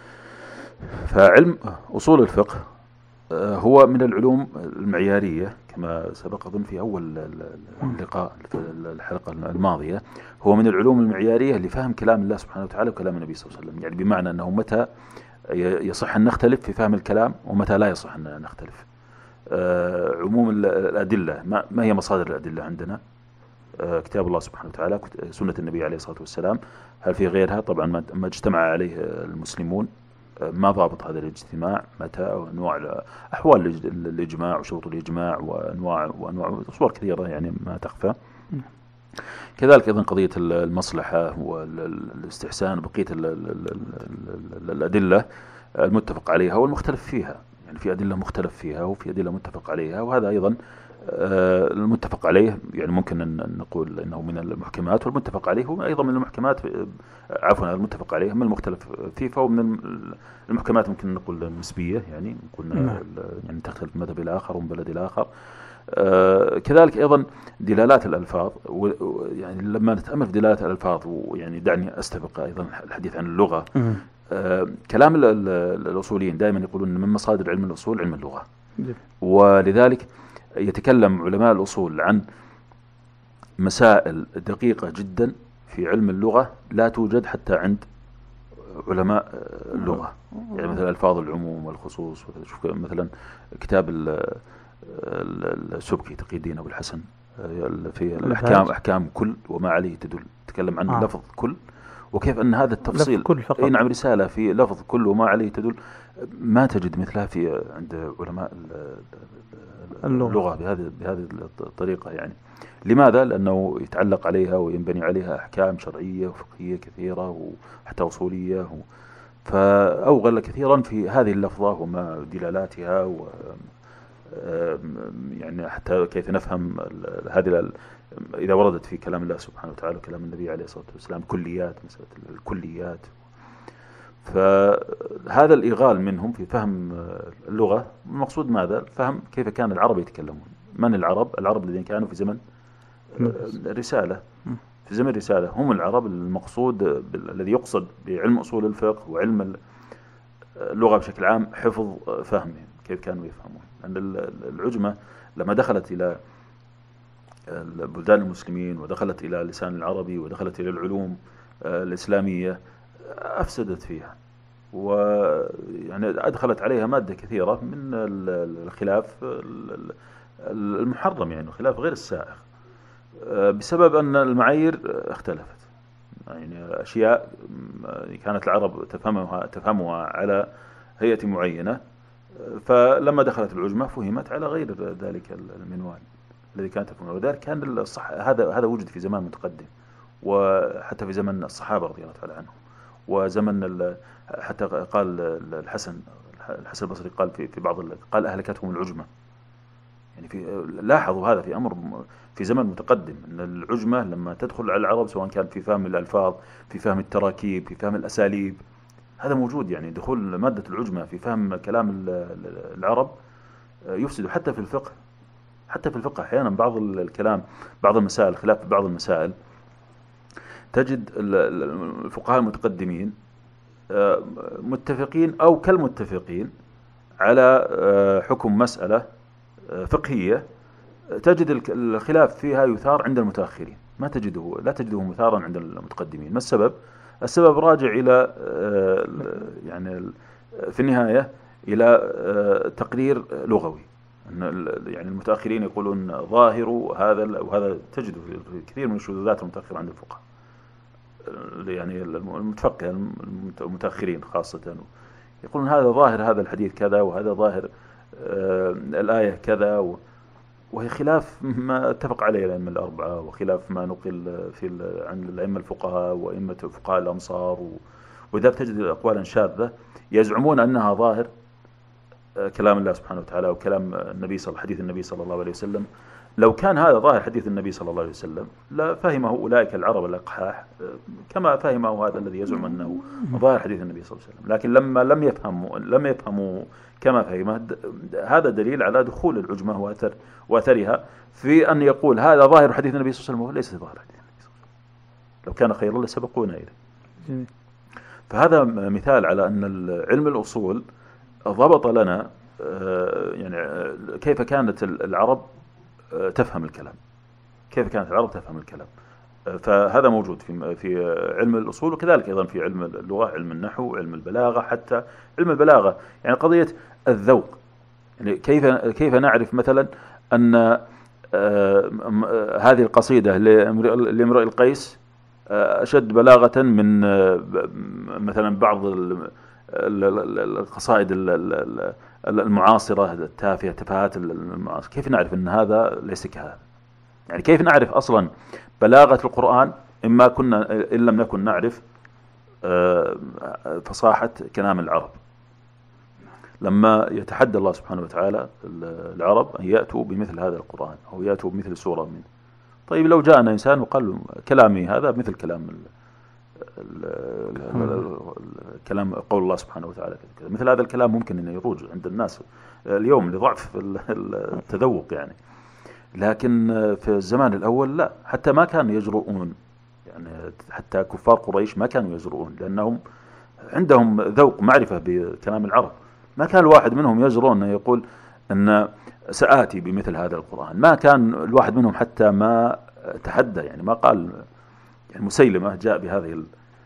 A: فعلم أصول الفقه هو من العلوم المعيارية كما سبق أظن في أول اللقاء في الحلقة الماضية، هو من العلوم المعيارية لفهم كلام الله سبحانه وتعالى وكلام النبي صلى الله عليه وسلم، يعني بمعنى أنه متى يصح أن نختلف في فهم الكلام ومتى لا يصح أن نختلف. عموم الأدلة، ما هي مصادر الأدلة عندنا؟ كتاب الله سبحانه وتعالى، سنة النبي عليه الصلاة والسلام، هل في غيرها؟ طبعا ما اجتمع عليه المسلمون، ما ضابط هذا الاجتماع، متى، وأنواع أحوال الإجماع وشروط الإجماع وأنواع صور كثيرة يعني ما تخفى. كذلك أيضا قضية المصلحة والاستحسان وبقية الأدلة المتفق عليها والمختلف فيها. يعني في أدلة مختلف فيها وفي أدلة متفق عليها، وهذا أيضا المتفق عليه يعني ممكن أن نقول أنه من المحكمات، والمتفق عليه هو أيضا من المحكمات، عفوا المتفق عليه من المختلف فيه، فهو من المحكمات ممكن نقول نسبية، يعني قلنا يعني تختلف من مذهب إلى آخر ومن بلد إلى آخر. كذلك أيضا دلالات الألفاظ، يعني لما نتأمل في دلالات الألفاظ، ويعني دعني أستبق أيضا الحديث عن اللغة. كلام الأصوليين دائما يقولون من مصادر علم الأصول علم اللغة، ولذلك يتكلم علماء الأصول عن مسائل دقيقة جدا في علم اللغة لا توجد حتى عند علماء اللغة. يعني مثلا ألفاظ العموم والخصوص، شوف مثلا كتاب السبكي تقي الدين أبو الحسن في الأحكام، أحكام كل وما عليه تدل، تكلم عن لفظ كل وكيف أن هذا التفصيل أي نعم رسالة في لفظ كل وما عليه تدل ما تجد مثلها في عند علماء اللغة بهذه الطريقة. يعني لماذا؟ لأنه يتعلق عليها وينبني عليها أحكام شرعية وفقهية كثيرة وحتى أصولية، فأوغل كثيرا في هذه اللفظة وما دلالاتها، و يعني حتى كيف نفهم هذه إذا وردت في كلام الله سبحانه وتعالى وكلام النبي عليه الصلاة والسلام كليات، مسألة الكليات. فهذا الإغال منهم في فهم اللغة، المقصود ماذا؟ فهم كيف كان العرب يتكلمون. من العرب الذين كانوا في زمن الرسالة، في زمن الرسالة هم العرب. المقصود الذي يقصد بعلم أصول الفقه وعلم اللغة بشكل عام حفظ فهمهم، كيف كانوا يفهمون. لأن العجمة لما دخلت إلى بلدان المسلمين ودخلت إلى اللسان العربي ودخلت إلى العلوم الإسلامية أفسدت فيها، ويعني أدخلت عليها مادة كثيرة من الخلاف المحرم، يعني خلاف غير السائغ، بسبب أن المعايير اختلفت. يعني أشياء كانت العرب تفهمها على هيئة معينة، فلما دخلت العجمة فهمت على غير ذلك المنوال الذي كانت تفهمه. وذلك كان هذا وجد في زمان متقدم، وحتى في زمن الصحابة رضي الله تعالى عنهم، وزمن حتى قال الحسن البصري قال في بعض قال أهلكتهم العجمة. يعني لاحظوا هذا في أمر في زمن متقدم، أن العجمة لما تدخل على العرب سواء كان في فهم الألفاظ، في فهم التراكيب، في فهم الأساليب، هذا موجود. يعني دخول مادة العجمة في فهم كلام العرب يفسد حتى في الفقه. حتى في الفقه أحيانا بعض الكلام، بعض المسائل، خلاف بعض المسائل، تجد الفقهاء المتقدمين متفقين أو كالمتفقين على حكم مسألة فقهية، تجد الخلاف فيها يثار عند المتأخرين، لا تجده مثارا عند المتقدمين. ما السبب؟ السبب راجع إلى يعني في النهاية إلى تقرير لغوي. يعني المتأخرين يقولون ظاهر وهذا تجده في كثير من الشذوذات المتأخرة عند الفقهاء، يعني المتفقه المتأخرين خاصة، يقولون هذا ظاهر هذا الحديث كذا، وهذا ظاهر الآية كذا، وهي خلاف ما اتفق عليه الأئمة الأربعة، وخلاف ما نقل عن الأئمة الفقهاء وأئمة فقهاء الأمصار. وإذا تجد أقوالا شاذة يزعمون أنها ظاهر كلام الله سبحانه وتعالى وكلام حديث النبي صلى الله عليه وسلم. لو كان هذا ظاهر حديث النبي صلى الله عليه وسلم لفهمه أولئك العرب الأقحاح كما فهمه هذا الذي يزعم أنه ظاهر حديث النبي صلى الله عليه وسلم. لكن لما لم يفهموا كما فهمه، هذا دليل على دخول العجمة وأثرها في أن يقول هذا ظاهر حديث النبي صلى الله عليه وسلم وليس ظاهر حديث النبي صلى الله عليه وسلم، لو كان خيرا لسبقونا إليه. فهذا مثال على أن علم الأصول ضبط لنا يعني كيف كانت العرب تفهم الكلام، فهذا موجود في علم الأصول، وكذلك أيضا في علم اللغة، علم النحو، علم البلاغة. حتى علم البلاغة يعني قضية الذوق، يعني كيف نعرف مثلا أن هذه القصيدة لامرئ القيس أشد بلاغة من مثلا بعض القصائد المعاصرة التافهة، تفاهات المعاصرة. كيف نعرف أن هذا ليس كهذا؟ يعني كيف نعرف أصلا بلاغة القرآن إن لم نكن نعرف فصاحة كلام العرب. لما يتحدى الله سبحانه وتعالى العرب أن يأتوا بمثل هذا القرآن أو يأتوا بمثل سورة منه. طيب لو جاءنا إنسان وقال كلامي هذا مثل كلام قول الله سبحانه وتعالى كذا، مثل هذا الكلام ممكن أن يروج عند الناس اليوم لضعف التذوق يعني. لكن في الزمان الأول لا، حتى ما كانوا يجرؤون، يعني حتى كفار قريش ما كانوا يجرؤون، لأنهم عندهم ذوق معرفة بكلام العرب. ما كان الواحد منهم يجرؤ أن يقول أن سآتي بمثل هذا القرآن. ما كان الواحد منهم حتى ما تحدى، يعني ما قال، يعني مسيلمة جاء بهذه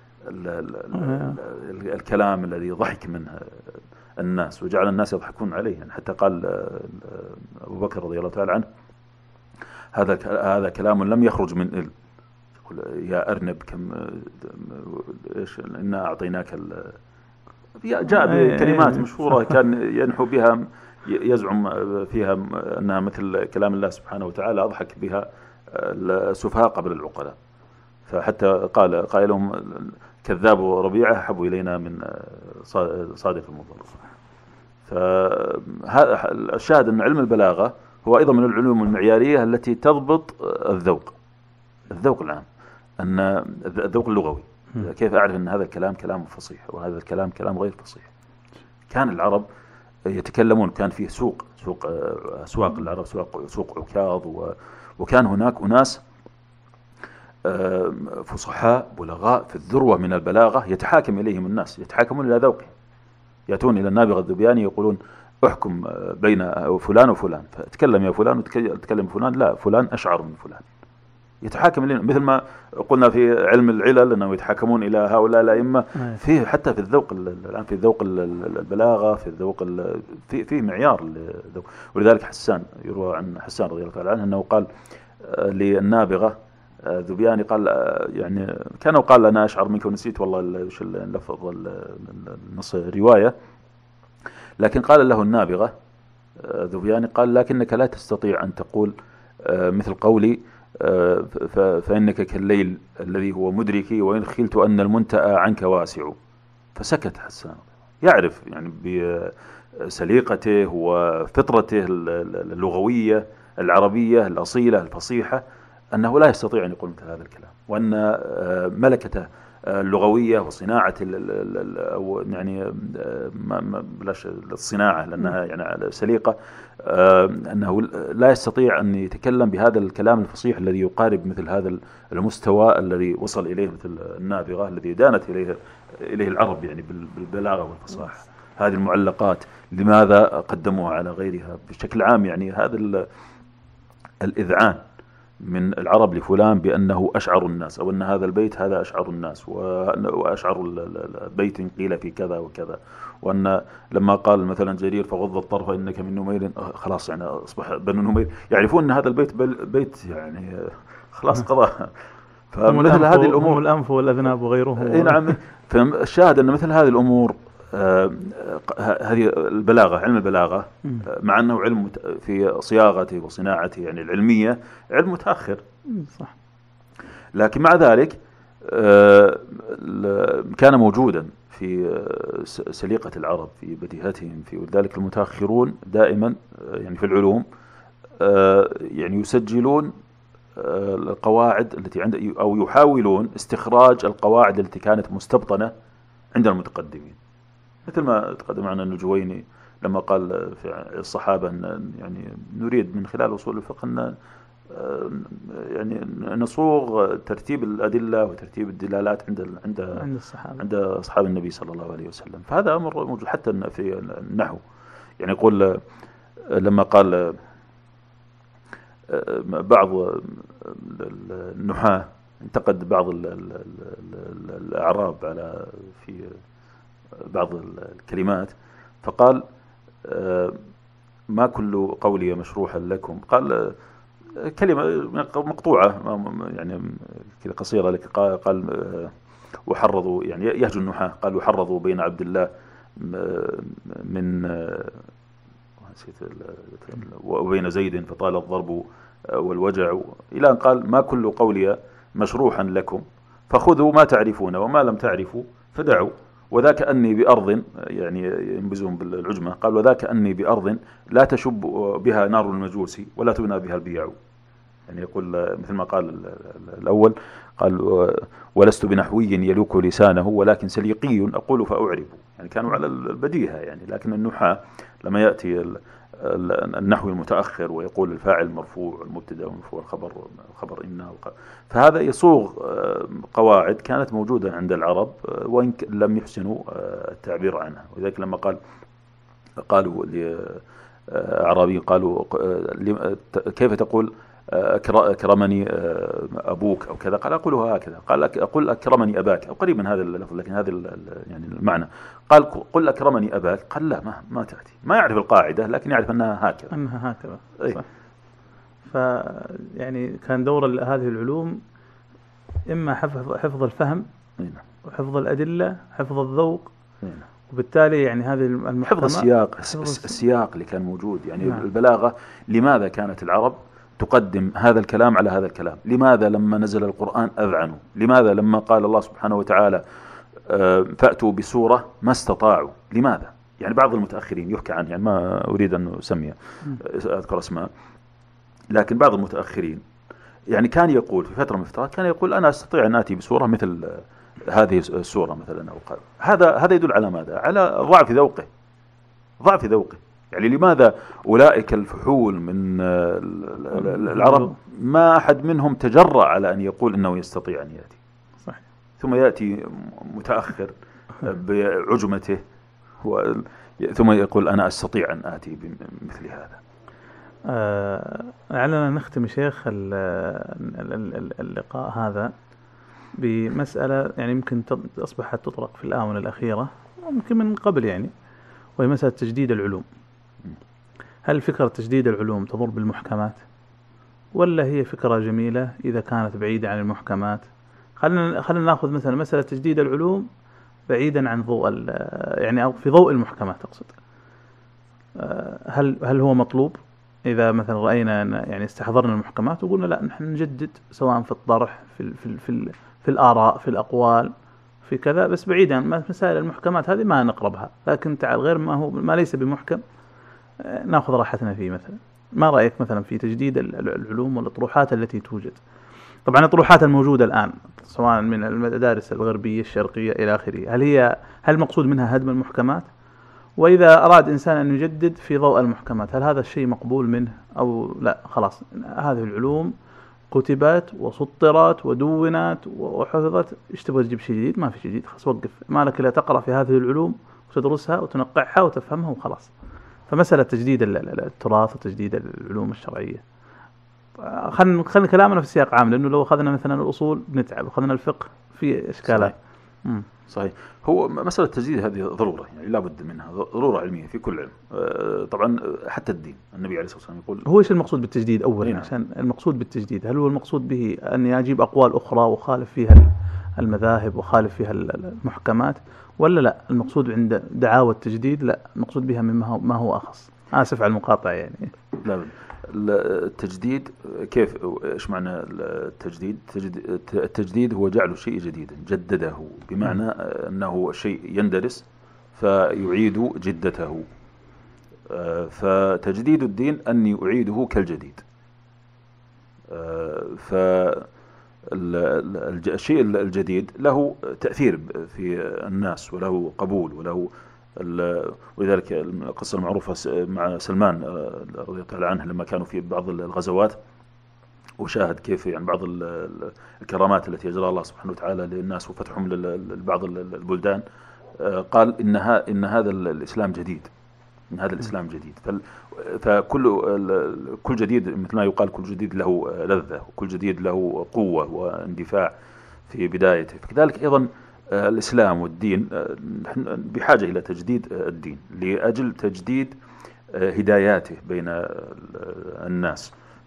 A: الكلام الذي ضحك منه الناس وجعل الناس يضحكون عليه، يعني حتى قال أبو بكر رضي الله تعالى عنه هذا كلام لم يخرج من يا أرنب كم إيش إنا أعطيناك جاء بكلمات مشهورة كان ينحو بها، يزعم فيها أنها مثل كلام الله سبحانه وتعالى، أضحك بها السفهاء قبل العقلاء. فحتى قال قائلهم كذاب وربيعة أحب إلينا من صادق المضر. فهذا الشاهد أن علم البلاغة هو أيضا من العلوم المعيارية التي تضبط الذوق العام، أن الذوق اللغوي. كيف أعرف أن هذا الكلام كلام فصيح وهذا الكلام كلام غير فصيح؟ كان العرب يتكلمون، كان فيه أسواق العرب، سوق عكاظ، وكان هناك أناس فصحاء بلغاء في الذروة من البلاغة يتحاكم إليهم الناس، يتحاكمون إلى ذوقهم، يأتون إلى النابغة الذبياني يقولون احكم بين فلان وفلان، فتكلم يا فلان وتكلم فلان، لا فلان أشعر من فلان، يتحاكم إلينا. مثل ما قلنا في علم العلل أنهم يتحاكمون إلى هؤلاء الأئمة، فيه حتى في الذوق الآن، في ذوق البلاغة، في الذوق في معيار للذوق. ولذلك حسان يروى عن حسان رضي الله تعالى عنه أنه قال للنابغة ذبياني، قال يعني كان قال أنا أشعر منك، ونسيت والله وش اللفظ النص رواية، لكن قال له النابغة ذبياني قال لكنك لا تستطيع أن تقول مثل قولي فإنك كالليل الذي هو مدركي وإن خلت أن المنتأى عنك واسع. فسكت حسان، يعرف يعني بسليقته وفطرته اللغوية العربية الأصيلة الفصيحة أنه لا يستطيع أن يقول مثل هذا الكلام، وأن ملكته اللغوية وصناعة يعني بلاش الصناعة لأنها يعني سليقة، أنه لا يستطيع أن يتكلم بهذا الكلام الفصيح الذي يقارب مثل هذا المستوى الذي وصل إليه مثل النابغة الذي دانت إليه العرب يعني بالبلاغة والفصاحة. هذه المعلقات لماذا قدموها على غيرها بشكل عام؟ يعني هذا الإذعان من العرب لفلان بأنه أشعر الناس، أو أن هذا البيت هذا أشعر الناس، وأشعر البيت قيل في كذا وكذا، وأن لما قال مثلا جرير فغض الطرف إنك من نمير، خلاص يعني أصبح بنو نمير يعرفون أن هذا البيت بيت يعني خلاص قضاء.
B: فمثل هذه الأمور الأنف والأذناب وغيره.
A: نعم. فالشاهد أن مثل هذه الأمور هذه البلاغة، علم البلاغة مع أنه علم في صياغته وصناعته يعني العلمية علم متأخر
B: صح،
A: لكن مع ذلك كان موجودا في سليقة العرب في بديهتهم، في ذلك المتأخرون دائما يعني في العلوم يعني يسجلون القواعد التي عند، أو يحاولون استخراج القواعد التي كانت مستبطنة عند المتقدمين، مثل ما تقدم معنا النجويني لما قال في الصحابة أن يعني نريد من خلال أصول الفقه أن يعني نصوغ ترتيب الأدلة وترتيب الدلالات عند أصحاب النبي صلى الله عليه وسلم. فهذا أمر موجود حتى في النحو، يعني يقول لما قال بعض النحاة انتقد بعض الأعراب على في بعض الكلمات، فقال ما كل قولي مشروحا لكم، قال كلمة مقطوعة يعني قصيرة لك، قال وحرضوا يعني يهجو النحاة، قال وحرضوا بين عبد الله من وبين زيد فطال الضرب والوجع، إلى أن قال: ما كل قولي مشروحا لكم فخذوا ما تعرفون وما لم تعرفوا فدعوا، وذاك أني بأرض، يعني ينبزون بالعجمة، قال: وذاك أني بأرض لا تشب بها نار المجوس ولا تبنى بها البياع. يعني يقول مثل ما قال الأول، قال: ولست بنحوي يلوك لسانه ولكن سليقي أقول فأعرب. يعني كانوا على البديهة يعني، لكن النحاة لما يأتي النحو المتأخر ويقول الفاعل مرفوع والمبتدا والمرفوع الخبر إنه، فهذا يصوغ قواعد كانت موجودة عند العرب وإن لم يحسنوا التعبير عنها. ولذلك لما قالوا لأعرابي، قالوا: كيف تقول أكرمني أبوك أو كذا؟ قال: أقولها هكذا. قال: أقول أكرمني أباك، أو قريب من هذا اللفظ، لكن هذا يعني المعنى. قال: قل أكرمني أباك. قال: لا، ما تأتي. ما يعرف القاعدة لكن يعرف أنها هكذا.
B: صح. فيعني كان دور هذه العلوم إما حفظ الفهم وحفظ الأدلة، حفظ الذوق، وبالتالي يعني هذه
A: حفظ السياق اللي كان موجود. يعني البلاغة، لماذا كانت العرب تقدم هذا الكلام على هذا الكلام؟ لماذا لما نزل القرآن أذعنوا؟ لماذا لما قال الله سبحانه وتعالى فأتوا بسورة ما استطاعوا؟ لماذا؟ يعني بعض المتأخرين يحكى عنه، يعني ما أريد أن أذكر اسماء، لكن بعض المتأخرين يعني كان يقول في فترة من الفترات، كان يقول: أنا أستطيع أن آتي بسورة مثل هذه السورة مثلا، أو قال هذا يدل على ماذا؟ على ضعف ذوقه. يعني لماذا أولئك الفحول من العرب ما أحد منهم تجرأ على أن يقول إنه يستطيع أن يأتي؟
B: صح.
A: ثم يأتي متأخر بعجمته ثم يقول: أنا أستطيع أن آتي بمثل هذا.
B: لعلنا نختم شيخ اللقاء هذا بمسألة يعني يمكن أصبحت تطرق في الآونة الأخيرة، وممكن من قبل يعني، وهي مسألة تجديد العلوم. هل فكرة تجديد العلوم تضر بالمحكمات، ولا هي فكرة جميلة إذا كانت بعيدة عن المحكمات؟ خلينا نأخذ مثلا مسألة تجديد العلوم بعيدا عن ضوء يعني أو في ضوء المحكمات أقصد. هل هو مطلوب إذا مثلا رأينا يعني استحضرنا المحكمات وقلنا لا، نحن نجدد سواء في الطرح في الآراء في الأقوال في كذا، بس بعيدا عن مسائل المحكمات هذه ما نقربها، لكن تعال غير ما ليس بمحكم نأخذ راحتنا فيه. مثلا ما رأيك مثلا في تجديد العلوم والأطروحات التي توجد؟ طبعا الأطروحات الموجودة الآن سواء من المدارس الغربية الشرقية إلى آخره، هل المقصود منها هدم المحكمات؟ وإذا أراد إنسان أن يجدد في ضوء المحكمات، هل هذا الشيء مقبول منه أو لا؟ خلاص هذه العلوم كتبت وسطرت ودونت وحفظت، ايش تبغى تجيب شيء جديد؟ ما في شيء جديد، خلاص وقف، ما لك إلا تقرأ في هذه العلوم وتدرسها وتنقعها وتفهمها وخلاص. فمسألة تجديد التراث وتجديد العلوم الشرعية، خلنا كلامنا في سياق عام، لأنه لو أخذنا مثلا الأصول بنتعب، أخذنا الفقه في إشكالات.
A: صحيح. هو مسألة التجديد هذه ضرورة، يعني لا بد منها، ضرورة علمية في كل علم. طبعا حتى الدين، النبي عليه الصلاة والسلام يقول:
B: هو إيش المقصود بالتجديد أولا؟ عشان المقصود بالتجديد، هل هو المقصود به أن أجيب أقوال أخرى وخالف فيها المذاهب وخالف فيها المحكمات، ولا لا المقصود عند دعاوى التجديد لا المقصود بها ما هو أخص؟ آسف على المقاطعة يعني.
A: لا، التجديد كيف؟ إيش معنى التجديد؟ التجديد هو جعل شيء جديدا، جدده، بمعنى أنه شيء يندرس فيعيد جدته. فتجديد الدين أني أعيده كالجديد. فالشيء الجديد له تأثير في الناس وله قبول وله ولذلك القصة المعروفة مع سلمان رضي الله تعالى عنه لما كانوا في بعض الغزوات وشاهد كيف يعني بعض الكرامات التي يجرى الله سبحانه وتعالى للناس وفتحهم لبعض البلدان، قال إن هذا الإسلام جديد، إن هذا الإسلام جديد. فكل جديد مثل ما يقال كل جديد له لذة وكل جديد له قوة واندفاع في بدايته. فكذلك أيضا الإسلام والدين نحن بحاجة إلى تجديد الدين لأجل تجديد هداياته بين الناس.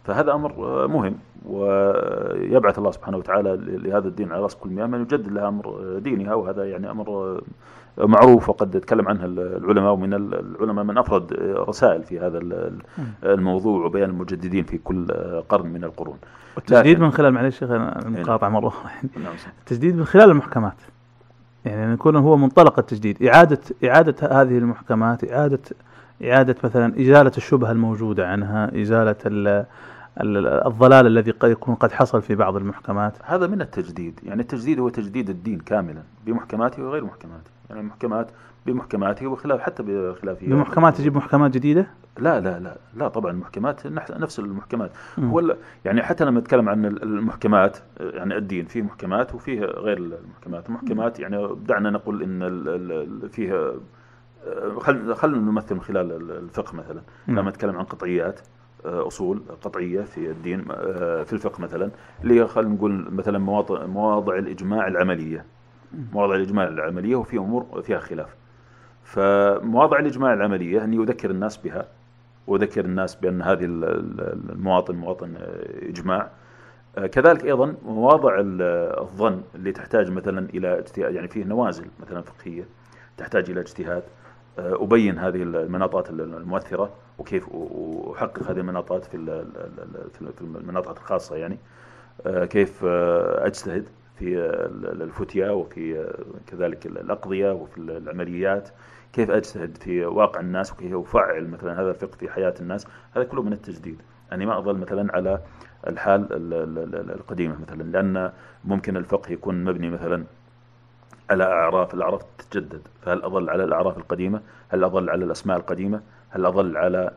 A: فهذا أمر مهم، ويبعث الله سبحانه وتعالى لهذا الدين على رأس كل مئة من يجدد لها أمر دينها، وهذا يعني أمر معروف وقد تكلم عنها العلماء، ومن العلماء من أفرد رسائل في هذا الموضوع وبيان المجددين في كل قرن من القرون.
B: التجديد من خلال، معلش شيخ المقاطعة مرة، التجديد من خلال المحكمات، يعني يكون هو منطلق التجديد، إعادة هذه المحكمات، إعادة مثلا إزالة الشبهة الموجودة عنها، إزالة الضلال الذي قد يكون قد حصل في بعض المحكمات.
A: هذا من التجديد، يعني التجديد هو تجديد الدين كاملا بمحكماته وغير محكماته، يعني المحكمات بمحكماته وخلاف حتى بخلافه.
B: بمحكمات تجيب محكمات جديدة؟
A: لا لا لا لا، طبعا المحكمات نفس المحكمات. هو يعني حتى لما نتكلم عن المحكمات، يعني الدين فيه محكمات وفيه غير المحكمات. المحكمات يعني دعنا نقول ان فيه، خلنا نمثل من خلال الفقه مثلا. لما نتكلم عن قطعيات، أصول قطعية في الدين، في الفقه مثلا، اللي خلينا نقول مثلا مواضع الإجماع العملية. مواضع الإجماع العملية وفي أمور فيها خلاف. فمواضع الإجماع العملية أن يذكر الناس بها، وذكر الناس بأن هذه المواطن مواطن إجماع. كذلك أيضا مواضع الظن اللي تحتاج مثلا إلى اجتهاد، يعني فيه نوازل مثلا فقهية تحتاج إلى اجتهاد، أبين هذه المناطات المؤثرة وكيف أحقق هذه المناطات في المناطات الخاصة، يعني كيف أجتهد في الفتيا وفي كذلك الأقضية وفي العمليات، كيف أجتهد في واقع الناس وكيف أفعل مثلا هذا الفقه في حياة الناس. هذا كله من التجديد، يعني ما أظل مثلا على الحال القديمة مثلا، لأن ممكن الفقه يكون مبني مثلا على الأعراف تتجدد، فهل أظل على الأعراف القديمة؟ هل أظل على الأسماء القديمة؟ هل أظل على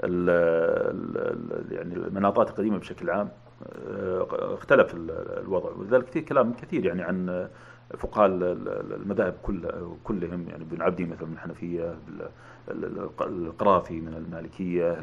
A: يعني المناطات القديمة بشكل عام؟ اختلف الوضع، ولذلك فيه كلام كثير يعني عن فقهاء المذاهب كلهم، يعني ابن عبدي مثلا من الحنفية، القرافي من المالكية،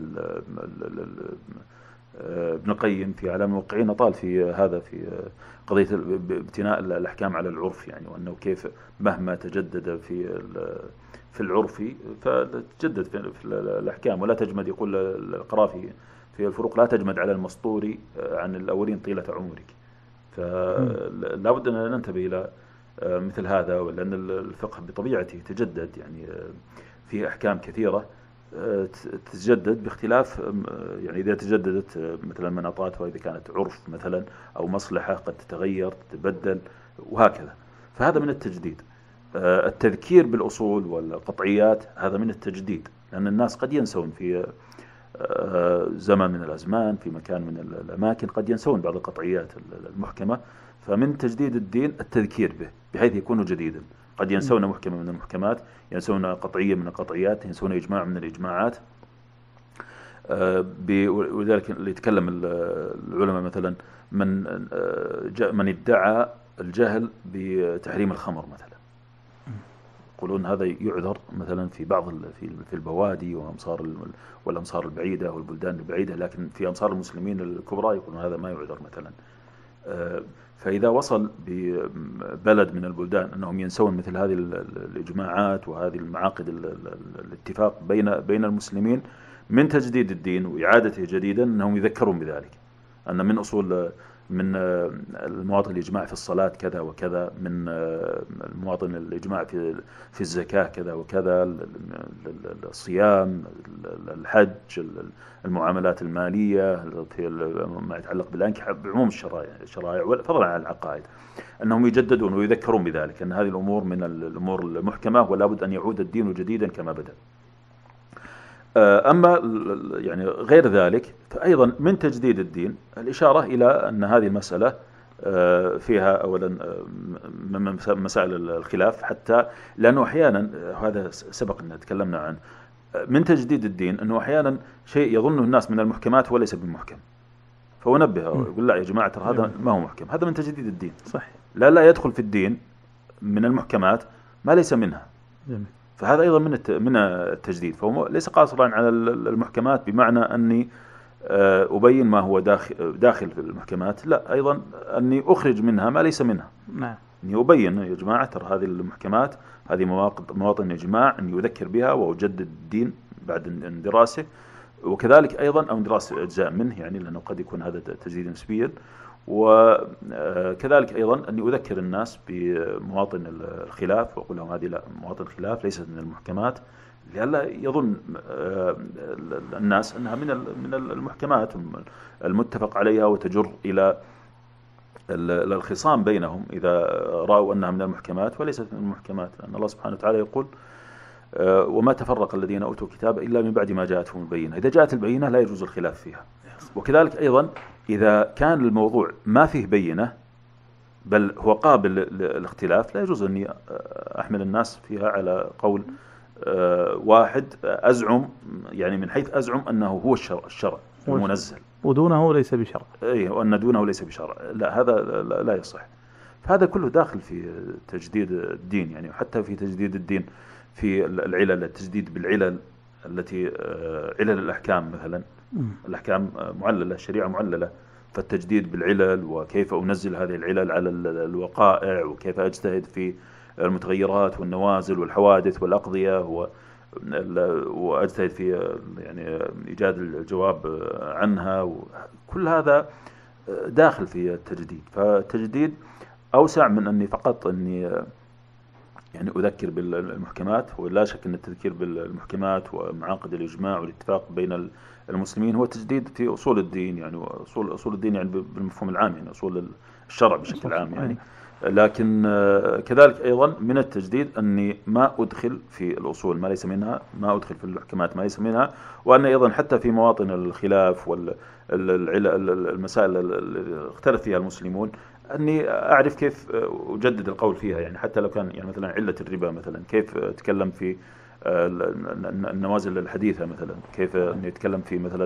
A: ابن القيم في اعلام الموقعين طال في هذا، في قضية ابتناء الأحكام على العرف، يعني وأنه كيف مهما تجدد في العرف فتجدد في الأحكام، ولا تجمد، يقول القرافي في الفروق، لا تجمد على المسطور عن الأولين طيلة عمرك. فلا بد أن ننتبه إلى مثل هذا، لأن الفقه بطبيعته يتجدد، يعني فيه أحكام كثيرة تتجدد باختلاف، يعني إذا تجددت مثلا مناطات، وإذا كانت عرف مثلا أو مصلحة قد تتغير تتبدل وهكذا. فهذا من التجديد. التذكير بالأصول والقطعيات هذا من التجديد، لأن الناس قد ينسون في زمن من الأزمان، في مكان من الأماكن قد ينسون بعض القطعيات المحكمة. فمن تجديد الدين التذكير به بحيث يكون جديدا. قد ينسون محكمة من المحكمات، ينسون قطعية من القطعيات، ينسون إجماع من الإجماعات. ولذلك اللي يتكلم العلماء مثلا من ادعى الجهل بتحريم الخمر مثلا، يقولون هذا يعذر مثلا في بعض في البوادي والأمصار البعيدة والبلدان البعيدة، لكن في أمصار المسلمين الكبرى يقولون هذا ما يعذر مثلا. فإذا وصل ببلد من البلدان أنهم ينسون مثل هذه الإجماعات وهذه المعاقد الاتفاق بين المسلمين، من تجديد الدين وإعادته جديدا أنهم يذكرون بذلك، أن من أصول من المواطن الإجماع في الصلاة كذا وكذا، من المواطن الإجماع في الزكاة كذا وكذا، الصيام، الحج، المعاملات المالية، في ما يتعلق بالأنكحة بعموم الشرائع فضلا عن العقائد، أنهم يجددون ويذكرون بذلك، أن هذه الأمور من الأمور المحكمة ولا بد أن يعود الدين جديدا كما بدأ. أما يعني غير ذلك فأيضا من تجديد الدين الإشارة إلى أن هذه المسألة فيها أولا من مسائل الخلاف، حتى لأنه أحيانا هذا سبق أن تكلمنا عنه، من تجديد الدين أنه أحيانا شيء يظنه الناس من المحكمات وليس بمحكم، فنبه يقول لا يا جماعة هذا ما هو محكم، هذا من تجديد الدين.
B: صحيح.
A: لا يدخل في الدين من المحكمات ما ليس منها. جميل. فهذا أيضا من التجديد، فهو ليس قاصرا على المحكمات بمعنى أني أبين ما هو داخل في المحكمات، لا، أيضا أني أخرج منها ما ليس منها.
B: نعم.
A: أني أبين يا جماعة ترى هذه المحكمات هذه مواطن إجماع، أني أذكر بها وأجدد الدين بعد اندراسه، وكذلك أيضا أو دراسة أجزاء منه، يعني لأنه قد يكون هذا تجديد نسبيا. وكذلك أيضا أني أذكر الناس بمواطن الخلاف، وأقول لهم هذه لا، مواطن الخلاف ليست من المحكمات، لئلا يظن الناس أنها من المحكمات المتفق عليها وتجر إلى الخصام بينهم إذا رأوا أنها من المحكمات وليست من المحكمات. لأن الله سبحانه وتعالى يقول: وما تفرق الذين أوتوا الكتاب إلا من بعد ما جاءتهم البينة. إذا جاءت البينة لا يجوز الخلاف فيها. وكذلك أيضا إذا كان الموضوع ما فيه بينة بل هو قابل للاختلاف، لا يجوز أني أحمل الناس فيها على قول واحد أزعم، يعني من حيث أزعم أنه هو الشرع المنزل
B: ودونه ليس بشرع،
A: وأن دونه ليس بشرع. لا، هذا لا يصح. فهذا كله داخل في تجديد الدين، يعني حتى في تجديد الدين في العلل، التجديد بالعلل التي علل الأحكام مثلا. الأحكام معللة، الشريعة معللة، فالتجديد بالعلل وكيف أنزل هذه العلل على الوقائع، وكيف أجتهد في المتغيرات والنوازل والحوادث والأقضية، وأجتهد في يعني إيجاد الجواب عنها، كل هذا داخل في التجديد. فالتجديد أوسع من أني فقط أني يعني أذكر بالمحكمات. ولا شك أن التذكير بالمحكمات ومعاقد الإجماع والاتفاق بين المسلمين هو تجديد في أصول الدين، يعني أصول الدين يعني بالمفهوم العام، يعني أصول الشرع بشكل عام يعني. لكن كذلك أيضا من التجديد أني ما أدخل في الأصول ما ليس منها، ما أدخل في المحكمات ما ليس منها، وأن أيضا حتى في مواطن الخلاف والمسائل اللي اختلف فيها المسلمون أني أعرف كيف أجدد القول فيها. يعني حتى لو كان يعني مثلا علة الربا مثلا، كيف أتكلم في النوازل الحديثة مثلا، كيف نتكلم في مثلا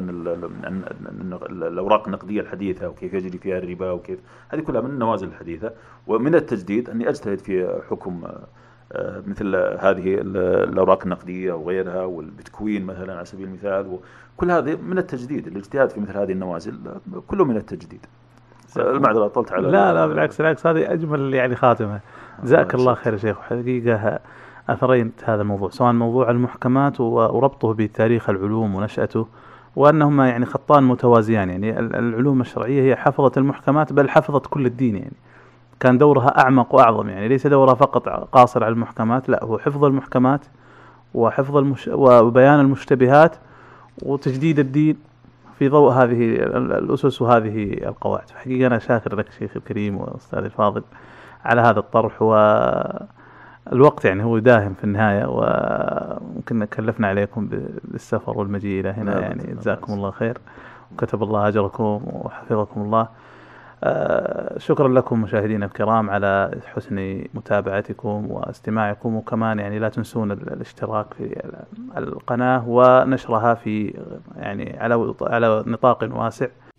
A: الأوراق النقدية الحديثة وكيف يجري فيها الربا، وكيف هذه كلها من النوازل الحديثة. ومن التجديد أني أجتهد في حكم مثل هذه الأوراق النقدية وغيرها، والبيتكوين مثلا على سبيل المثال، وكل هذه من التجديد. الاجتهاد في مثل هذه النوازل كله من التجديد. المعذرة طلت على
B: لا بالعكس هذه أجمل يعني خاتمة. جزاك الله خير شيخ. حقيقة أثريت هذا الموضوع، سواء موضوع المحكمات وربطه بتاريخ العلوم ونشأته، وأنهما يعني خطان متوازيان. يعني العلوم الشرعية هي حفظت المحكمات، بل حفظت كل الدين، يعني كان دورها أعمق وأعظم، يعني ليس دورها فقط قاصر على المحكمات، لا، هو حفظ المحكمات وحفظ وبيان المشتبهات وتجديد الدين في ضوء هذه الأسس وهذه القواعد. حقيقة أنا شاكر لك شيخ الكريم وأستاذ الفاضل على هذا الطرح، والوقت يعني هو داهم في النهاية، وممكن كلفنا عليكم بالسفر والمجيء إلى هنا، يعني جزاكم الله خير وكتب الله أجركم وحفظكم الله. شكرا لكم مشاهدينا الكرام على حسن متابعتكم واستماعكم، وكمان يعني لا تنسون الاشتراك في القناة ونشرها في يعني على نطاق واسع.